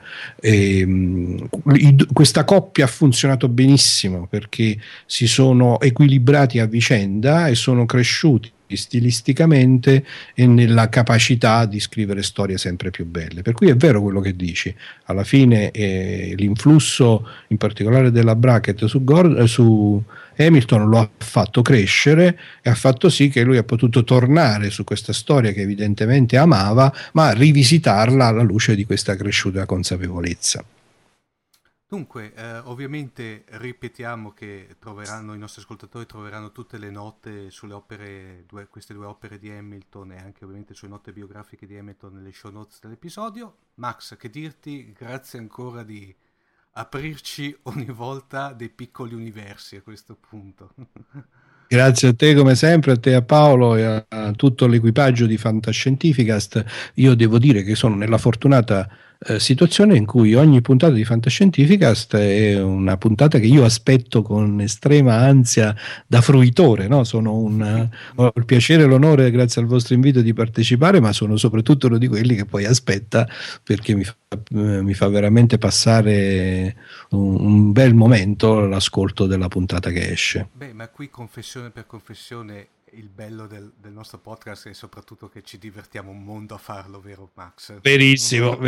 e questa coppia ha funzionato benissimo perché si sono equilibrati a vicenda e sono cresciuti stilisticamente e nella capacità di scrivere storie sempre più belle. Per cui è vero quello che dici, alla fine l'influsso in particolare della Brackett su Hamilton lo ha fatto crescere e ha fatto sì che lui ha potuto tornare su questa storia che evidentemente amava, ma rivisitarla alla luce di questa cresciuta consapevolezza. Dunque, ovviamente ripetiamo che i nostri ascoltatori troveranno tutte le note sulle opere, queste due opere di Hamilton, e anche ovviamente sulle note biografiche di Hamilton nelle show notes dell'episodio. Max, che dirti, grazie ancora di aprirci ogni volta dei piccoli universi a questo punto. Grazie a te come sempre, a te, a Paolo e a tutto l'equipaggio di Fantascientificast. Io devo dire che sono nella fortunata situazione in cui ogni puntata di Fantascientificast è una puntata che io aspetto con estrema ansia da fruitore, no? Ho il piacere e l'onore, grazie al vostro invito, di partecipare, ma sono soprattutto uno di quelli che poi aspetta, perché mi fa veramente passare un bel momento l'ascolto della puntata che esce. Beh, ma qui confessione per confessione, il bello del nostro podcast è soprattutto che ci divertiamo un mondo a farlo, vero Max? Verissimo.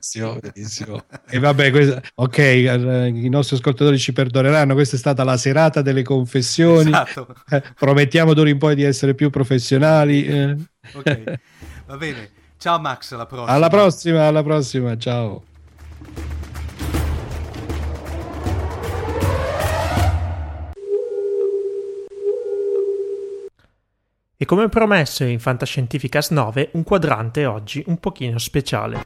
E vabbè, ok, i nostri ascoltatori ci perdoneranno, questa è stata la serata delle confessioni. Esatto. Promettiamo d'ora in poi di essere più professionali. Ok, va bene. Ciao Max, alla prossima. Alla prossima, ciao. E come promesso in Fantascientificast 9, un quadrante oggi un pochino speciale.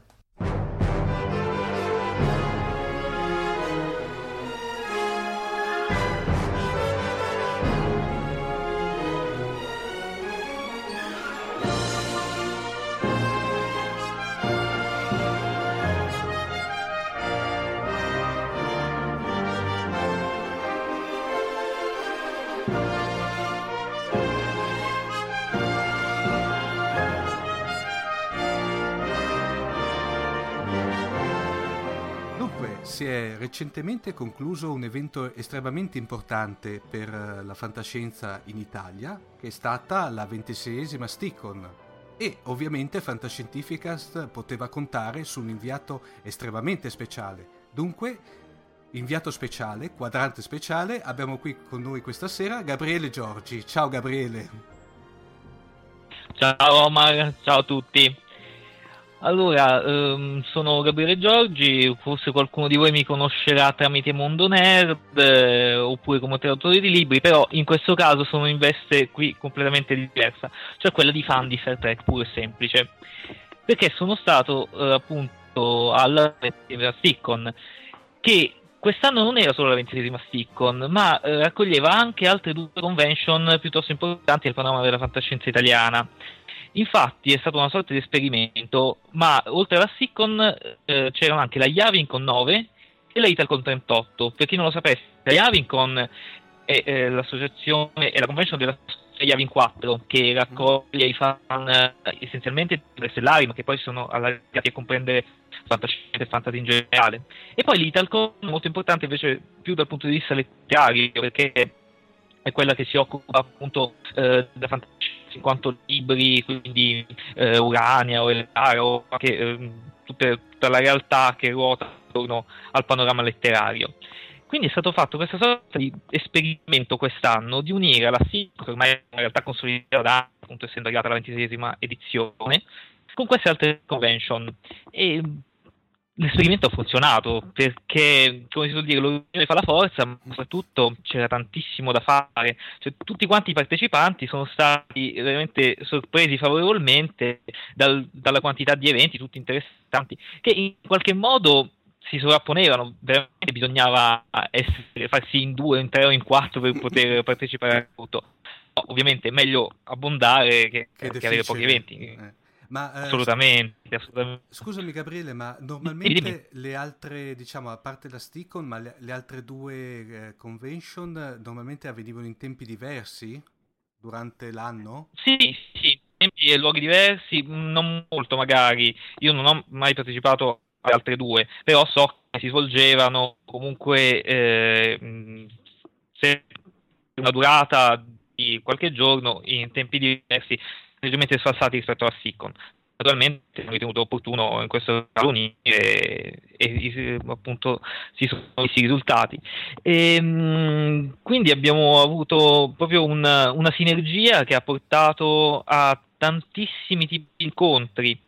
Si è recentemente concluso un evento estremamente importante per la fantascienza in Italia, che è stata la 26esima Sticcon, e ovviamente Fantascientificast poteva contare su un inviato estremamente speciale. Dunque, inviato speciale, quadrante speciale, abbiamo qui con noi questa sera Gabriele Giorgi. Ciao Gabriele. Ciao Omar, ciao a tutti. Allora, sono Gabriele Giorgi, forse qualcuno di voi mi conoscerà tramite Mondo Nerd oppure come traduttore di libri, però in questo caso sono in veste qui completamente diversa, cioè quella di fan di Star Trek puro e semplice, perché sono stato appunto alla Sticcon, che quest'anno non era solo la 26esima Sticcon, ma raccoglieva anche altre due convention piuttosto importanti nel panorama della fantascienza italiana. Infatti è stato una sorta di esperimento, ma oltre alla Sticcon c'erano anche la Yavincon 9 e la Italcon 38. Per chi non lo sapesse, la Yavincon è l'associazione, è la convention della Yavin 4, che raccoglie i fan essenzialmente stellari, ma che poi sono allargati a comprendere fantascienza e fantasy in generale. E poi l'Italcon è molto importante invece più dal punto di vista letterario, perché è quella che si occupa appunto della fantascienza in quanto libri, quindi Urania o Elara o anche tutta la realtà che ruota attorno al panorama letterario. Quindi è stato fatto questa sorta di esperimento quest'anno di unire la SIC, che ormai è una realtà consolidata, appunto essendo arrivata alla 26esima edizione, con queste altre convention. E l'esperimento ha funzionato, perché, come si suol dire, l'unione fa la forza, ma soprattutto c'era tantissimo da fare. Cioè, tutti quanti i partecipanti sono stati veramente sorpresi favorevolmente dalla quantità di eventi, tutti interessanti, che in qualche modo si sovrapponevano. Veramente bisognava farsi in 2, in 3 o in 4 per poter partecipare a tutto. No, ovviamente è meglio abbondare che avere pochi eventi. Ma, assolutamente. Scusami Gabriele, ma normalmente le altre, diciamo, a parte la Sticon, ma le altre 2 convention normalmente avvenivano in tempi diversi durante l'anno? Sì, tempi e luoghi diversi, non molto magari. Io non ho mai partecipato alle altre 2, però so che si svolgevano comunque se una durata di qualche giorno in tempi diversi, leggermente sfalsati rispetto alla Sticon. Naturalmente ho ritenuto opportuno in questo caso unire e appunto si sono visti i risultati. Quindi abbiamo avuto proprio una sinergia che ha portato a tantissimi tipi di incontri,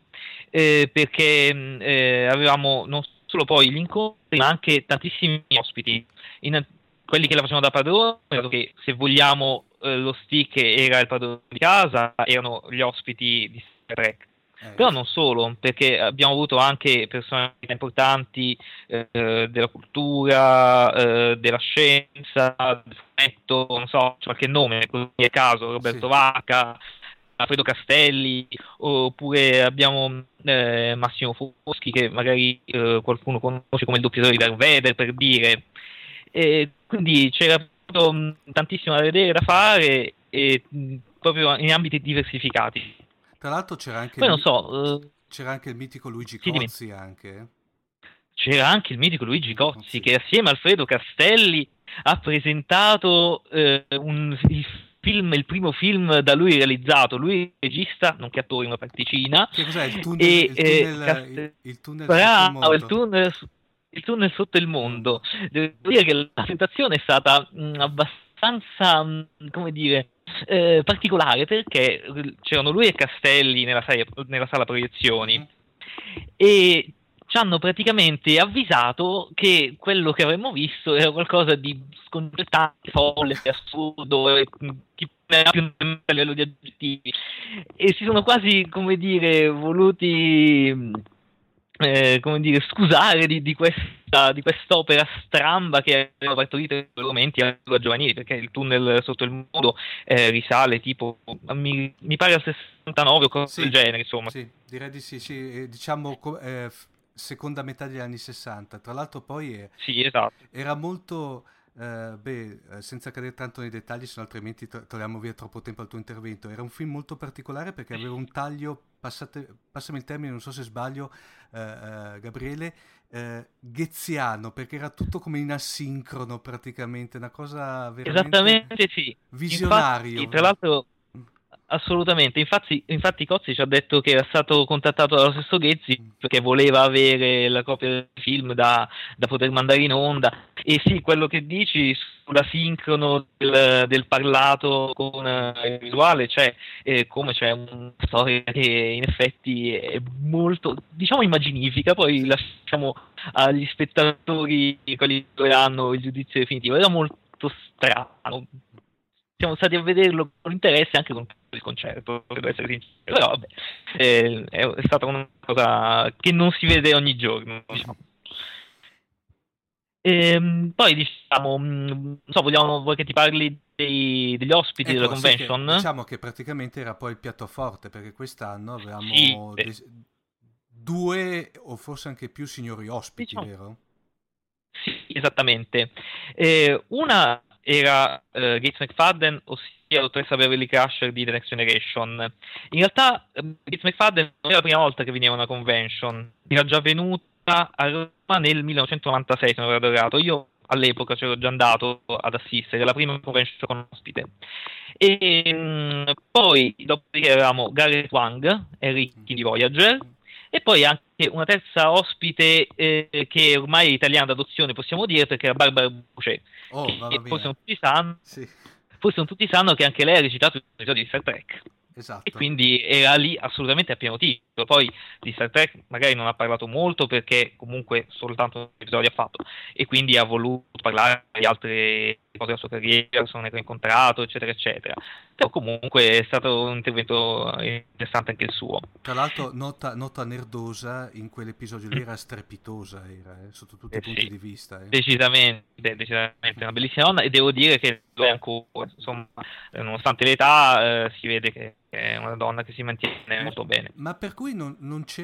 perché avevamo non solo poi gli incontri, ma anche tantissimi ospiti. Quelli che la facevano da padrone, dato che se vogliamo lo stick era il padrone di casa, erano gli ospiti di Star Trek. Però non solo, perché abbiamo avuto anche personalità importanti della cultura, della scienza, del fumetto, non so, c'è qualche nome, così a caso, Roberto Vacca, Alfredo Castelli, oppure abbiamo Massimo Foschi, che magari qualcuno conosce come il doppiatore di Darth Vader, per dire. Quindi c'era tantissimo da vedere, da fare, e proprio in ambiti diversificati. Tra l'altro c'era anche, c'era anche il mitico Luigi Cozzi, anche. C'era anche il mitico Luigi Cozzi, che assieme a Alfredo Castelli ha presentato il primo film da lui realizzato. Lui regista, nonché attore, una particina. Che cos'è? Il tunnel bravo, il tunnel sotto il mondo. Devo dire che la presentazione è stata abbastanza, come dire, particolare, perché c'erano lui e Castelli nella sala proiezioni e ci hanno praticamente avvisato che quello che avremmo visto era qualcosa di sconcertante, folle, assurdo, e chi era più a livello di aggettivi, e si sono quasi, come dire, voluti scusare di quest'opera stramba che avevano partorito in quei momenti a giovanili, perché il tunnel sotto il mondo risale tipo mi pare al 69 o cose del genere, insomma. Sì, direi di sì, diciamo seconda metà degli anni 60. Tra l'altro poi sì, esatto. Era molto senza cadere tanto nei dettagli, se no altrimenti togliamo via troppo tempo al tuo intervento. Era un film molto particolare perché aveva un taglio, passami il termine, non so se sbaglio, Gabriele, ghezziano, perché era tutto come in asincrono praticamente, una cosa veramente esattamente, sì, visionario. Infatti, tra l'altro, assolutamente, infatti Cozzi ci ha detto che era stato contattato dallo stesso Ghezzi perché voleva avere la copia del film da poter mandare in onda. E sì, quello che dici sull'asincrono del parlato con il visuale c'è, come c'è una storia che in effetti è molto, diciamo, immaginifica, poi lasciamo agli spettatori quelli che hanno il giudizio definitivo. Era molto strano, siamo stati a vederlo con interesse, anche con il concerto, devo essere sincero, però vabbè, è stata una cosa che non si vede ogni giorno, diciamo. Poi diciamo, non so, vuoi che ti parli degli ospiti della convention? Sì, diciamo che praticamente era poi il piatto forte, perché quest'anno avevamo 2 o forse anche più signori ospiti, diciamo, vero? Sì, esattamente. Una era Gates McFadden, ossia la dottoressa Beverly Crusher di The Next Generation. In realtà Gates McFadden non era la prima volta che veniva a una convention, era già venuta a Roma nel 1996, se non vado errato. Io all'epoca c'ero già andato ad assistere, la prima convention con ospite. E poi dopodiché avevamo Gareth Wang, Henry di Voyager, e poi anche una terza ospite che ormai è italiana d'adozione, possiamo dire, perché era Barbara Boucher. Forse non tutti sanno che anche lei ha recitato un episodio di Star Trek. Esatto. E quindi era lì assolutamente a pieno titolo. Poi di Star Trek magari non ha parlato molto perché comunque soltanto episodi ha fatto, e quindi ha voluto parlare di altre cose della sua carriera, persone che ha incontrato, eccetera eccetera. Però comunque è stato un intervento interessante anche il suo. Tra l'altro nota nerdosa, in quell'episodio lì era strepitosa, sotto tutti i punti di vista. Decisamente una bellissima donna, e devo dire che è ancora, insomma, nonostante l'età, si vede che è una donna che si mantiene molto bene. Ma per cui non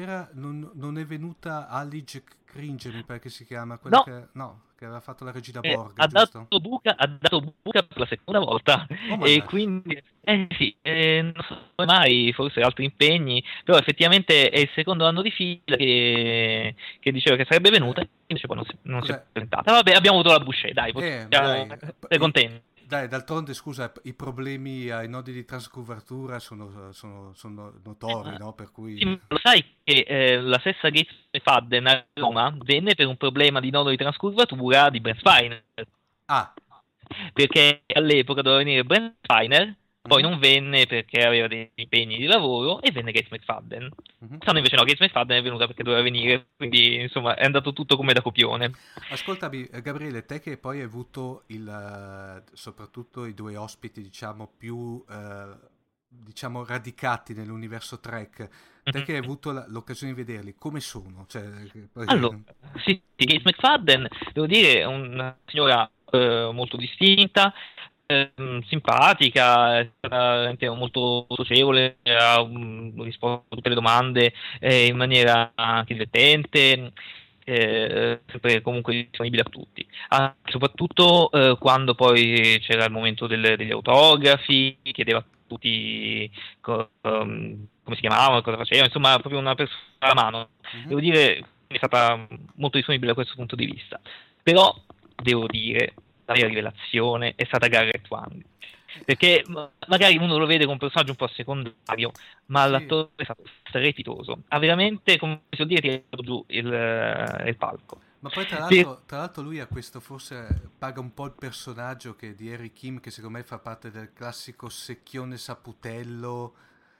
è venuta Alige Cringer, mi pare che si chiama, quella che aveva fatto la regina Borg, ha giusto? dato buca per la seconda volta, e quindi non so come mai, forse altri impegni, però effettivamente è il secondo anno di fila che diceva che sarebbe venuta, invece poi non si è presentata. Vabbè, abbiamo avuto la Boucher, dai, sei contento. Dai, d'altronde, scusa, i problemi ai nodi di trascurvatura sono notori, no? Per cui... Sì, lo sai che la stessa Gates McFadden a Roma venne per un problema di nodo di trascurvatura di Brent Spiner. Ah. Perché all'epoca doveva venire Brent Spiner, poi non venne perché aveva dei impegni di lavoro, e venne Gates McFadden. Quest'anno invece no, Gates McFadden è venuta perché doveva venire, quindi insomma è andato tutto come da copione. Ascoltami, Gabriele, te che poi hai avuto soprattutto i due ospiti, diciamo, più diciamo radicati nell'universo Trek, te che hai avuto l'occasione di vederli, come sono? Allora, sì, Gates McFadden, devo dire, è una signora molto distinta, simpatica, è stata molto socievole, ha risposto a tutte le domande in maniera anche divertente, sempre comunque disponibile a tutti, soprattutto quando poi c'era il momento degli autografi, chiedeva a tutti come si chiamavano, cosa facevano, insomma proprio una persona alla mano. Devo dire, è stata molto disponibile da questo punto di vista, però devo dire la vera rivelazione è stata Garrett Wang, perché magari uno lo vede come un personaggio un po' secondario, ma l'attore è stato strepitoso, ha veramente, come si vuol dire, tirato giù il palco. Ma poi tra l'altro lui ha questo, forse paga un po' il personaggio di Harry Kim, che secondo me fa parte del classico secchione saputello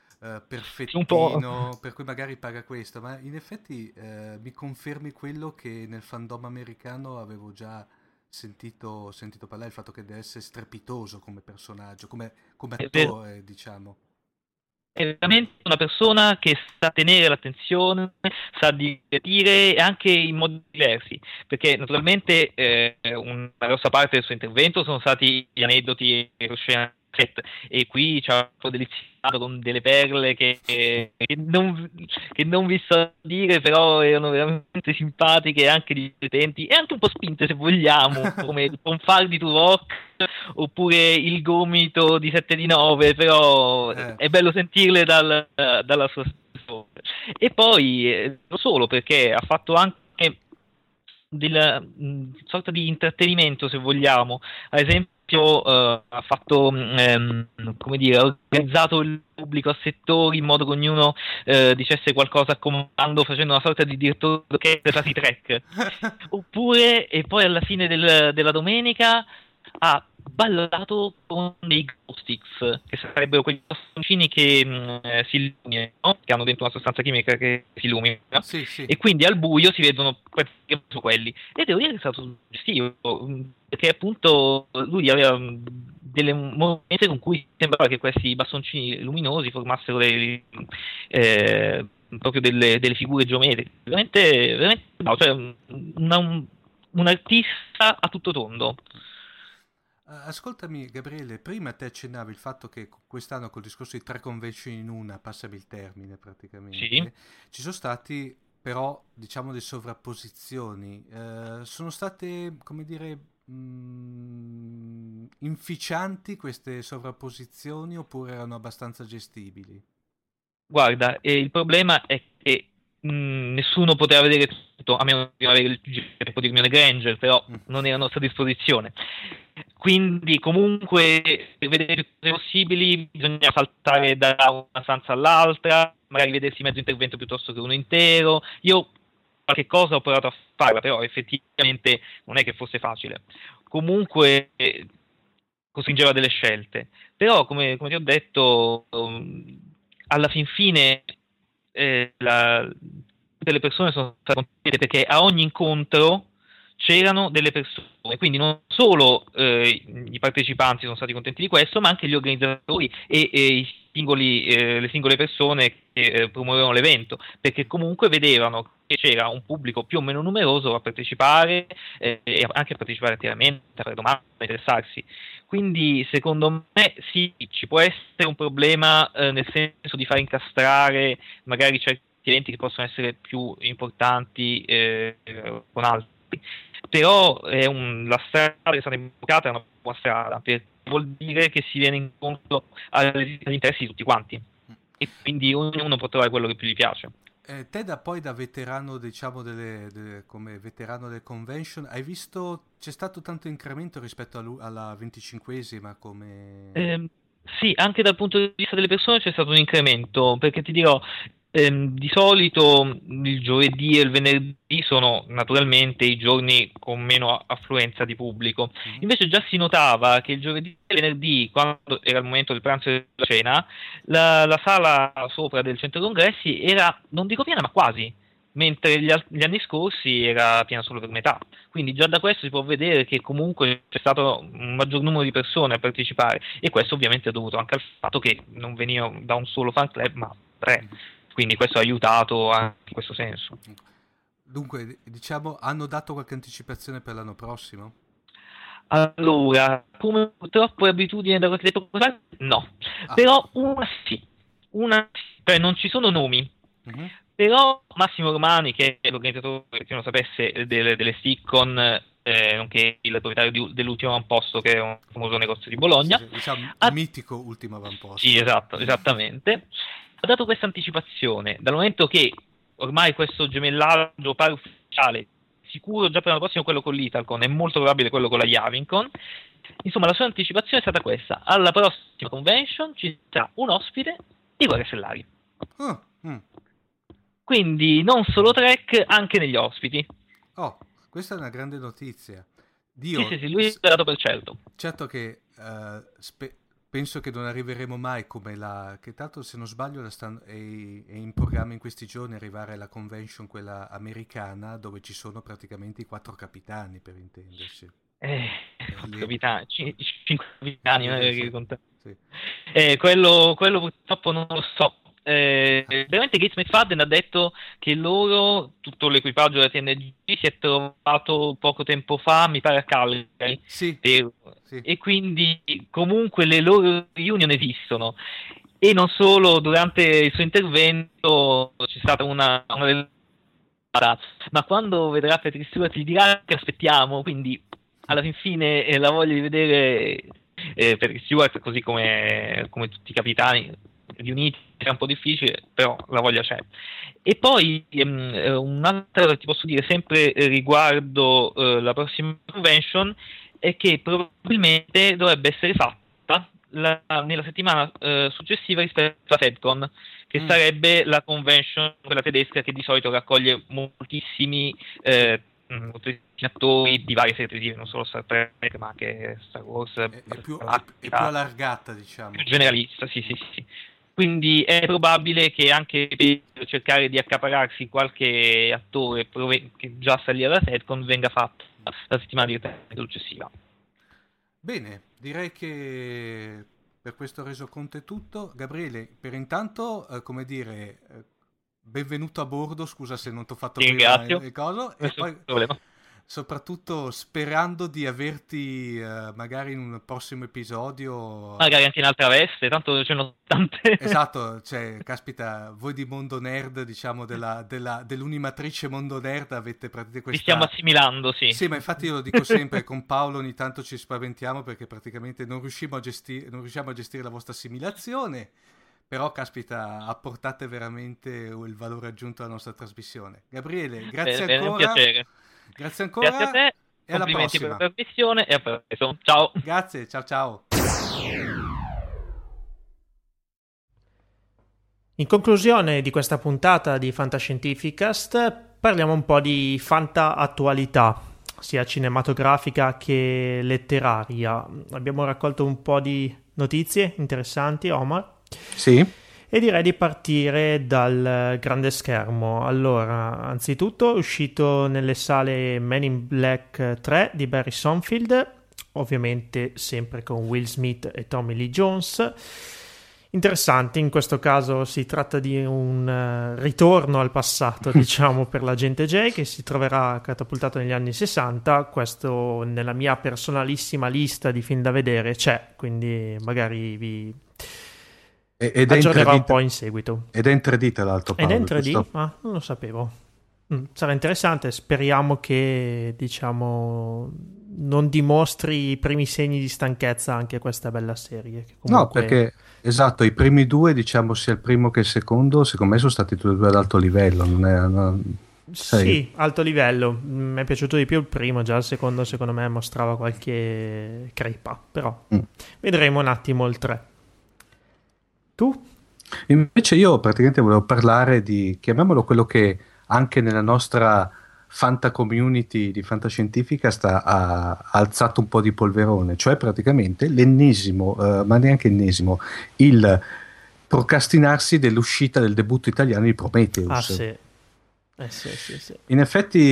perfettino, per cui magari paga questo, ma in effetti mi confermi quello che nel fandom americano avevo già sentito parlare, il fatto che deve essere strepitoso come personaggio, come attore, diciamo. È veramente una persona che sa tenere l'attenzione, sa divertire anche in modi diversi, perché naturalmente una grossa parte del suo intervento sono stati gli aneddoti e lo scena, e qui ci ha deliziato con delle perle che non vi so dire, però erano veramente simpatiche e anche divertenti e anche un po' spinte, se vogliamo, come il Ponfardi to Rock oppure il gomito di 7 di 9, però è bello sentirle dalla sua storia. E poi non solo, perché ha fatto anche della sorta di intrattenimento, se vogliamo. Ad esempio ha fatto come dire, ha organizzato il pubblico a settori in modo che ognuno dicesse qualcosa a comando, facendo una sorta di direttore d'orchestra di Trek. Oppure, e poi alla fine della domenica ha ballato con dei glow sticks, che sarebbero quegli bastoncini che si illuminano, no? Che hanno dentro una sostanza chimica che si illumina, sì, sì. E quindi al buio si vedono su quelli. E devo dire che è stato suggestivo, perché appunto lui aveva delle movenze con cui sembrava che questi bastoncini luminosi formassero proprio delle figure geometriche. Veramente no, cioè un artista a tutto tondo. Ascoltami Gabriele, prima te accennavi il fatto che quest'anno col discorso di 3 convention in una, passami il termine praticamente, sì. Ci sono stati però diciamo delle sovrapposizioni, sono state, come dire, inficianti queste sovrapposizioni oppure erano abbastanza gestibili? Guarda, il problema è che nessuno poteva vedere tutto, a meno di non avere il tempo di Hermione Granger, però non era a nostra disposizione. Quindi comunque per vedere più cose possibili bisogna saltare da una stanza all'altra, magari vedersi mezzo intervento piuttosto che uno intero. Io qualche cosa ho provato a farla, però effettivamente non è che fosse facile. Comunque costringeva delle scelte. Però, come ti ho detto, alla fin fine tutte le persone sono state contente, perché a ogni incontro c'erano delle persone, quindi non solo i partecipanti sono stati contenti di questo, ma anche gli organizzatori e le singole persone che promuovevano l'evento, perché comunque vedevano che c'era un pubblico più o meno numeroso a partecipare e anche a partecipare attivamente, a fare domande, a interessarsi. Quindi secondo me sì, ci può essere un problema nel senso di far incastrare magari certi eventi che possono essere più importanti con altri. Però la strada che è stata invocata è una buona strada, perché vuol dire che si viene incontro agli interessi di tutti quanti e quindi ognuno può trovare quello che più gli piace. Te da veterano, diciamo, come veterano delle convention, hai visto c'è stato tanto incremento rispetto alla 25esima come... Sì, anche dal punto di vista delle persone c'è stato un incremento, perché ti dirò, di solito il giovedì e il venerdì sono naturalmente i giorni con meno affluenza di pubblico. Invece già si notava che il giovedì e il venerdì, quando era il momento del pranzo e della cena, la sala sopra del centro congressi era, non dico piena, ma quasi, mentre gli anni scorsi era piena solo per metà. Quindi già da questo si può vedere che comunque c'è stato un maggior numero di persone a partecipare, e questo ovviamente è dovuto anche al fatto che non venivano da un solo fan club, ma 3. Quindi questo ha aiutato anche in questo senso. Dunque, diciamo, hanno dato qualche anticipazione per l'anno prossimo? Allora, come purtroppo è abitudine da qualche tempo, no. Però una sì. Cioè non ci sono nomi. Però Massimo Romani, che è l'organizzatore, per chi non lo sapesse, delle Stick-Con, nonché il proprietario dell'ultimo avamposto, che è un famoso negozio di Bologna. Sì, diciamo mitico ultimo avamposto. Sì, esatto, esattamente. Ha dato questa anticipazione, dal momento che ormai questo gemellaggio pare ufficiale, sicuro già per l'anno prossimo quello con l'Italcon, è molto probabile quello con la Javincon. Insomma, la sua anticipazione è stata questa: alla prossima convention ci sarà un ospite di Guerre Stellari. Quindi non solo Trek, anche negli ospiti. Oh, questa è una grande notizia. Sì, lui è dato per certo. Certo che penso che non arriveremo mai come che tanto, se non sbaglio, è in programma in questi giorni arrivare alla convention, quella americana, dove ci sono praticamente i 4 capitani, per intenderci. 5 capitani, sì. Quello purtroppo non lo so. Veramente Gates McFadden ha detto che tutto l'equipaggio della TNG si è trovato poco tempo fa, mi pare a Calgary, sì. E quindi comunque le loro reunion esistono, e non solo. Durante il suo intervento c'è stata una delle... ma quando vedrà Patrick Stewart gli dirà che aspettiamo, quindi alla fine la voglia di vedere Patrick Stewart, così come tutti i capitani riuniti, è un po' difficile, però la voglia c'è. E poi un'altra che ti posso dire sempre riguardo la prossima convention è che probabilmente dovrebbe essere fatta nella settimana successiva rispetto alla FedCon, che sarebbe la convention, quella tedesca, che di solito raccoglie moltissimi attori di varie serie televisive, non solo Star Trek, ma anche Star Wars. È più allargata, diciamo. Più generalista, sì. Quindi è probabile che anche per cercare di accapararsi qualche attore che già sta lì alla FedCon venga fatta la settimana direttamente successiva. Bene, direi che per questo resoconto è tutto. Gabriele, per intanto, come dire, benvenuto a bordo, scusa se non ti ho fatto prima il coso, e poi problema. Soprattutto sperando di averti magari in un prossimo episodio, magari anche in altra veste, tanto ce ne sono tante. Esatto, cioè, caspita, voi di Mondo Nerd, diciamo dell'unimatrice Mondo Nerd, avete praticamente questa... Vi stiamo assimilando, sì. Sì, ma infatti io lo dico sempre, con Paolo ogni tanto ci spaventiamo perché praticamente non riusciamo a gestire la vostra assimilazione, però caspita, apportate veramente il valore aggiunto alla nostra trasmissione. Gabriele, grazie ancora. È un piacere. Grazie ancora. Grazie a te. E alla complimenti prossima. per la trasmissione e a presto. Ciao. Grazie, ciao. In conclusione di questa puntata di Fantascientificast parliamo un po' di fanta attualità. sia cinematografica che letteraria. Abbiamo raccolto un po' di notizie interessanti, Omar. Sì. E direi di partire dal grande schermo. Allora, anzitutto è uscito nelle sale Men in Black 3 di Barry Sonfield, ovviamente sempre con Will Smith e Tommy Lee Jones. Interessante, in questo caso si tratta di un ritorno al passato, diciamo, per l'agente J, che si troverà catapultato negli anni 60. Questo nella mia personalissima lista di film da vedere c'è, quindi magari vi aggiornerò un po' in seguito. Ed è in 3D tra l'altro, Paolo. Ed è in 3D? Ah, non lo sapevo. Sarà interessante, speriamo che, diciamo, non dimostri i primi segni di stanchezza anche questa bella serie. Che comunque... No, perché esatto, i primi due, diciamo sia il primo che il secondo, secondo me sono stati tutti e due ad alto livello. Sì, alto livello. Mi è piaciuto di più il primo, già il secondo secondo me mostrava qualche crepa, però vedremo un attimo il 3. Tu? Invece io praticamente volevo parlare di, chiamiamolo quello che anche nella nostra fanta community di fantascientifica ha alzato un po' di polverone, cioè praticamente l'ennesimo, ma neanche ennesimo, il procrastinarsi dell'uscita del debutto italiano di Prometheus. Ah sì. Sì. In effetti,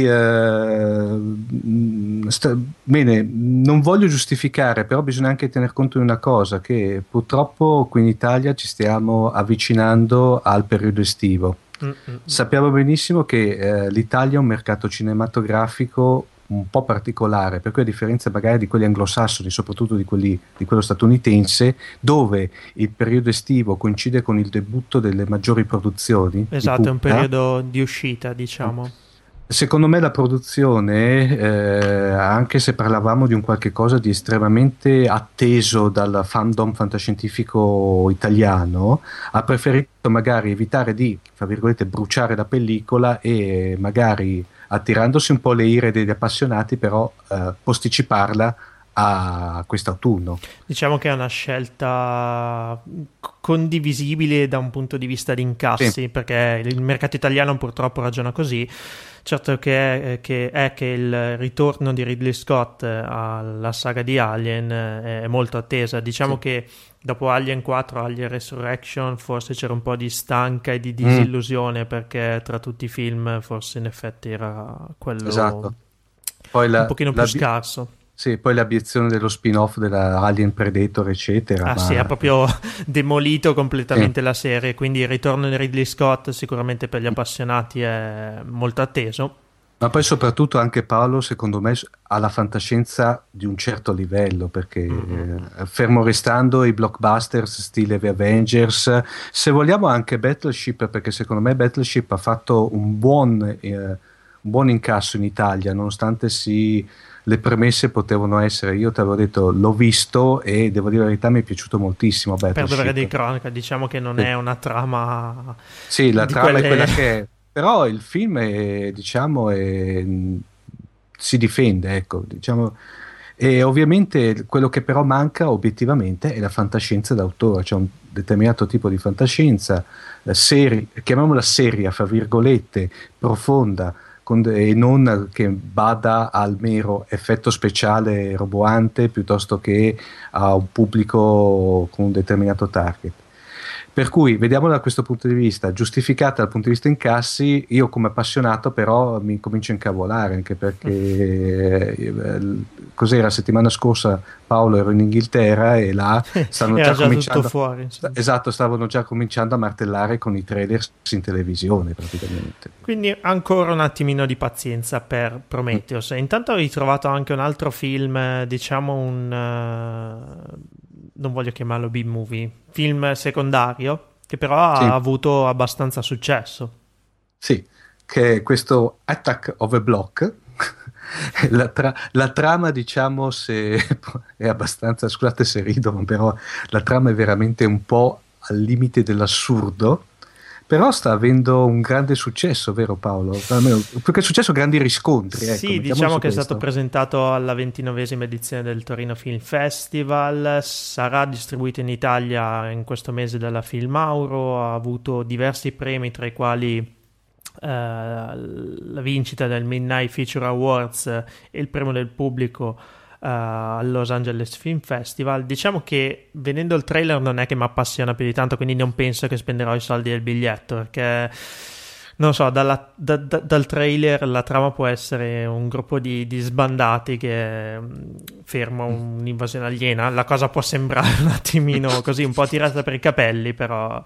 bene, non voglio giustificare, però bisogna anche tener conto di una cosa, che purtroppo qui in Italia ci stiamo avvicinando al periodo estivo. Sappiamo benissimo che l'Italia è un mercato cinematografico un po' particolare, per cui a differenza magari di quelli anglosassoni, soprattutto di quello statunitense, dove il periodo estivo coincide con il debutto delle maggiori produzioni. Esatto, è un periodo di uscita, diciamo. Secondo me la produzione, anche se parlavamo di un qualche cosa di estremamente atteso dal fandom fantascientifico italiano, ha preferito magari evitare di, tra virgolette, bruciare la pellicola e magari, attirandosi un po' le ire degli appassionati, però posticiparla a quest'autunno. Diciamo che è una scelta condivisibile da un punto di vista di incassi, sì, perché il mercato italiano purtroppo ragiona così. Certo che il ritorno di Ridley Scott alla saga di Alien è molto attesa. Diciamo sì, che dopo Alien 4, Alien Resurrection, forse c'era un po' di stanca e di disillusione, perché tra tutti i film forse in effetti era quello, esatto, poi un pochino più scarso. Sì, poi l'abiezione dello spin-off della Alien Predator, eccetera. Ah sì, ha proprio demolito completamente la serie, quindi il ritorno di Ridley Scott sicuramente per gli appassionati è molto atteso. Ma poi soprattutto anche Paolo, secondo me, ha la fantascienza di un certo livello, perché fermo restando i blockbusters stile The Avengers, se vogliamo anche Battleship, perché secondo me Battleship ha fatto un buon incasso in Italia, nonostante le premesse potevano essere, io ti avevo detto, l'ho visto e devo dire la verità, mi è piaciuto moltissimo Battleship. Per dovere di cronaca, diciamo che non è una trama. Sì, la trama è quella che è, però il film è, diciamo, si difende, ecco, diciamo. E ovviamente quello che però manca obiettivamente è la fantascienza d'autore, cioè un determinato tipo di fantascienza, chiamiamola seria, fra virgolette, profonda, e non che bada al mero effetto speciale roboante piuttosto che a un pubblico con un determinato target. Per cui vediamolo da questo punto di vista, giustificata dal punto di vista incassi. Io come appassionato però mi comincio a incavolare, anche perché cos'era, la settimana scorsa Paolo ero in Inghilterra e là stanno già cominciando tutto fuori, esatto, stavano già cominciando a martellare con i trailer in televisione praticamente. Quindi ancora un attimino di pazienza per Prometheus. Intanto ho ritrovato anche un altro film, diciamo non voglio chiamarlo B-movie, film secondario, che però ha avuto abbastanza successo. Sì, che è questo Attack of a Block. La trama, diciamo, è abbastanza, scusate se rido, però la trama è veramente un po' al limite dell'assurdo, però sta avendo un grande successo, vero Paolo? Almeno, più che successo, grandi riscontri. Ecco, sì, diciamo che è stato presentato alla 29esima edizione del Torino Film Festival, sarà distribuito in Italia in questo mese dalla Filmauro, ha avuto diversi premi, tra i quali la vincita del Midnight Feature Awards e il premio del pubblico al Los Angeles Film Festival. Diciamo che vedendo il trailer non è che mi appassiona più di tanto, quindi non penso che spenderò i soldi del biglietto, perché non so, dal trailer la trama può essere un gruppo di sbandati che ferma un'invasione aliena. La cosa può sembrare un attimino così, un po' tirata per i capelli, però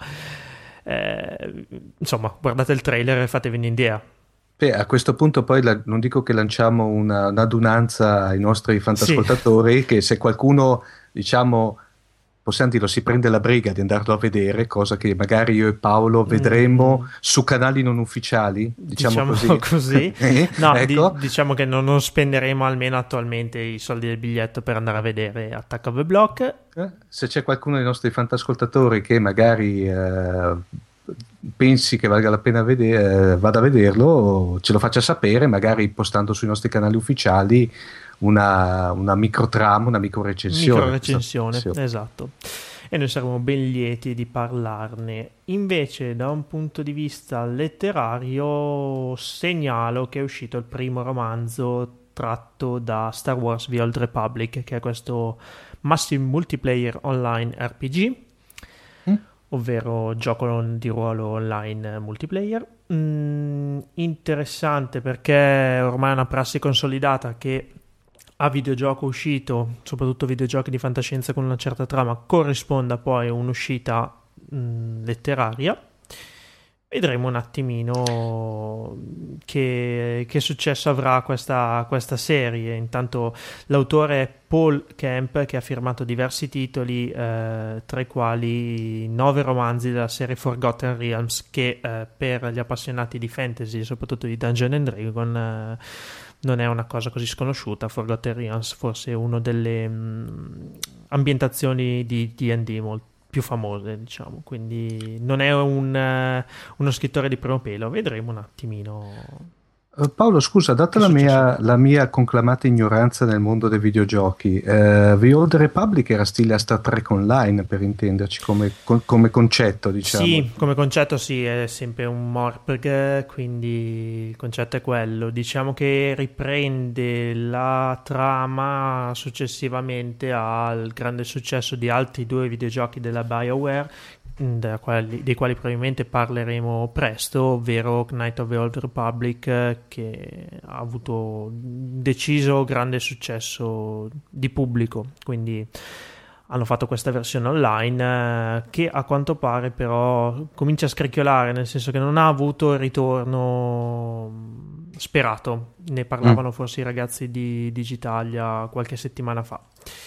insomma, guardate il trailer e fatevi un'idea. Beh, a questo punto poi non dico che lanciamo un'adunanza ai nostri fantascoltatori, che se qualcuno, diciamo, possiamo dirlo, si prende la briga di andarlo a vedere, cosa che magari io e Paolo vedremo su canali non ufficiali, diciamo così. No, ecco. diciamo che non spenderemo almeno attualmente i soldi del biglietto per andare a vedere Attack of the Block. Se c'è qualcuno dei nostri fantascoltatori che magari pensi che valga la pena vada a vederlo, ce lo faccia sapere, magari postando sui nostri canali ufficiali una microtrama, una microrecensione, esatto, e noi saremo ben lieti di parlarne. Invece, da un punto di vista letterario, segnalo che è uscito il primo romanzo tratto da Star Wars The Old Republic, che è questo Massive Multiplayer Online RPG, ovvero gioco di ruolo online multiplayer. Interessante perché ormai è una prassi consolidata che a videogioco uscito, soprattutto videogiochi di fantascienza con una certa trama, corrisponda poi a un'uscita letteraria. Vedremo un attimino che successo avrà questa serie. Intanto l'autore è Paul Kemp, che ha firmato diversi titoli, tra i quali 9 romanzi della serie Forgotten Realms, che per gli appassionati di fantasy, soprattutto di Dungeons and Dragons, non è una cosa così sconosciuta. Forgotten Realms forse è una delle ambientazioni di D&D molto più famose, diciamo, quindi non è uno scrittore di primo pelo. Vedremo un attimino. Paolo, scusa, data la mia conclamata ignoranza nel mondo dei videogiochi, The Old Republic era stile a Star Trek Online, per intenderci, come concetto, diciamo. Sì, come concetto sì, è sempre un MORPG, quindi il concetto è quello. Diciamo che riprende la trama successivamente al grande successo di altri 2 videogiochi della BioWare, dei quali probabilmente parleremo presto, ovvero Knights of the Old Republic, che ha avuto deciso grande successo di pubblico, quindi hanno fatto questa versione online che a quanto pare però comincia a scricchiolare, nel senso che non ha avuto il ritorno sperato. Ne parlavano forse i ragazzi di Digitalia qualche settimana fa.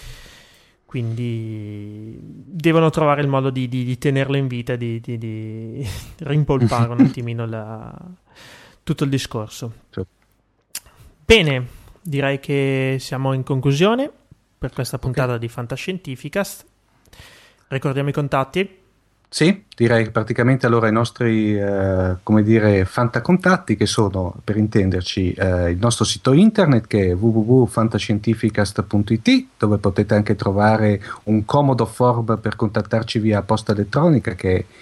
Quindi devono trovare il modo di tenerlo in vita, di rimpolpare un attimino tutto il discorso. Bene, direi che siamo in conclusione per questa puntata di Fantascientificast. Ricordiamo i contatti? Sì, direi che praticamente allora i nostri fantacontatti, che sono, per intenderci, il nostro sito internet, che è www.fantascientificast.it, dove potete anche trovare un comodo form per contattarci via posta elettronica, che è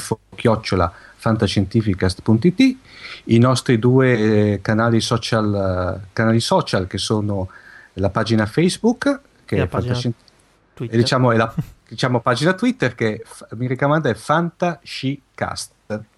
info@fantascientificast.it, i nostri 2 canali social, che sono la pagina Facebook, che è Fantascientificast, e diciamo è la pagina Twitter, che mi raccomando è Fantascicast.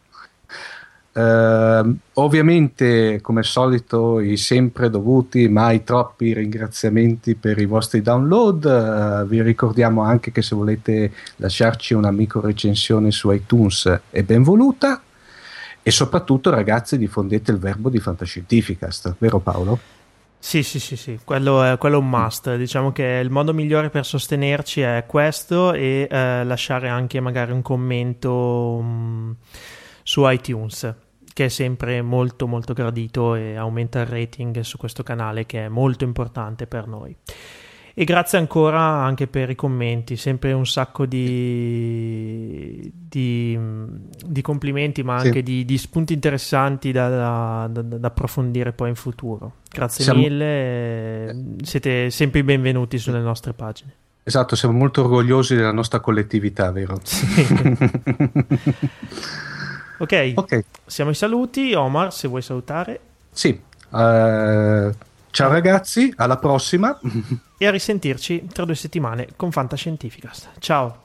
Ovviamente, come al solito, i sempre dovuti, mai troppi ringraziamenti per i vostri download. Vi ricordiamo anche che se volete lasciarci una micro recensione su iTunes è ben voluta, e soprattutto, ragazzi, diffondete il verbo di Fantascientificast, vero Paolo? Sì, quello è un must. Diciamo che il modo migliore per sostenerci è questo, e lasciare anche magari un commento su iTunes, che è sempre molto molto gradito e aumenta il rating su questo canale, che è molto importante per noi. E grazie ancora anche per i commenti, sempre un sacco di complimenti, ma anche di spunti interessanti da approfondire poi in futuro. Grazie mille, siete sempre benvenuti sulle nostre pagine. Esatto, siamo molto orgogliosi della nostra collettività, vero? Sì. Ok, siamo ai saluti. Omar, se vuoi salutare. Sì, ciao ragazzi, alla prossima. E a risentirci tra 2 settimane con Fantascientificast. Ciao.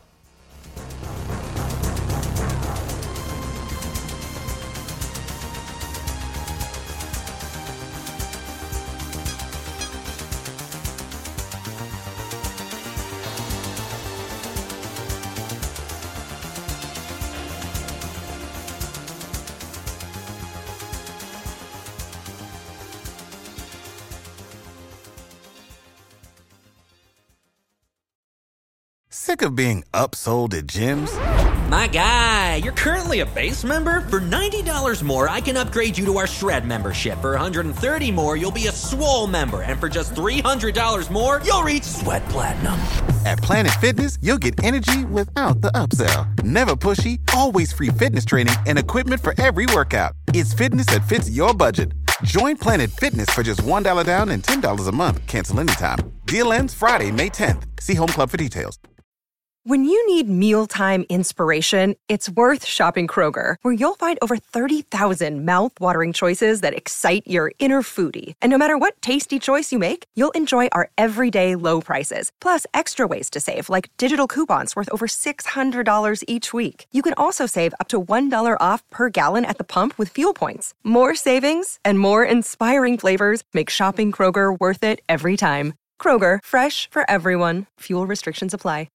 Sick of being upsold at gyms? My guy, you're currently a base member? For $90 more, I can upgrade you to our Shred membership. For $130 more, you'll be a Swole member. And for just $300 more, you'll reach Sweat Platinum. At Planet Fitness, you'll get energy without the upsell. Never pushy, always free fitness training and equipment for every workout. It's fitness that fits your budget. Join Planet Fitness for just $1 down and $10 a month. Cancel anytime. Deal ends Friday, May 10th. See Home Club for details. When you need mealtime inspiration, it's worth shopping Kroger, where you'll find over 30,000 mouth-watering choices that excite your inner foodie. And no matter what tasty choice you make, you'll enjoy our everyday low prices, plus extra ways to save, like digital coupons worth over $600 each week. You can also save up to $1 off per gallon at the pump with fuel points. More savings and more inspiring flavors make shopping Kroger worth it every time. Kroger, fresh for everyone. Fuel restrictions apply.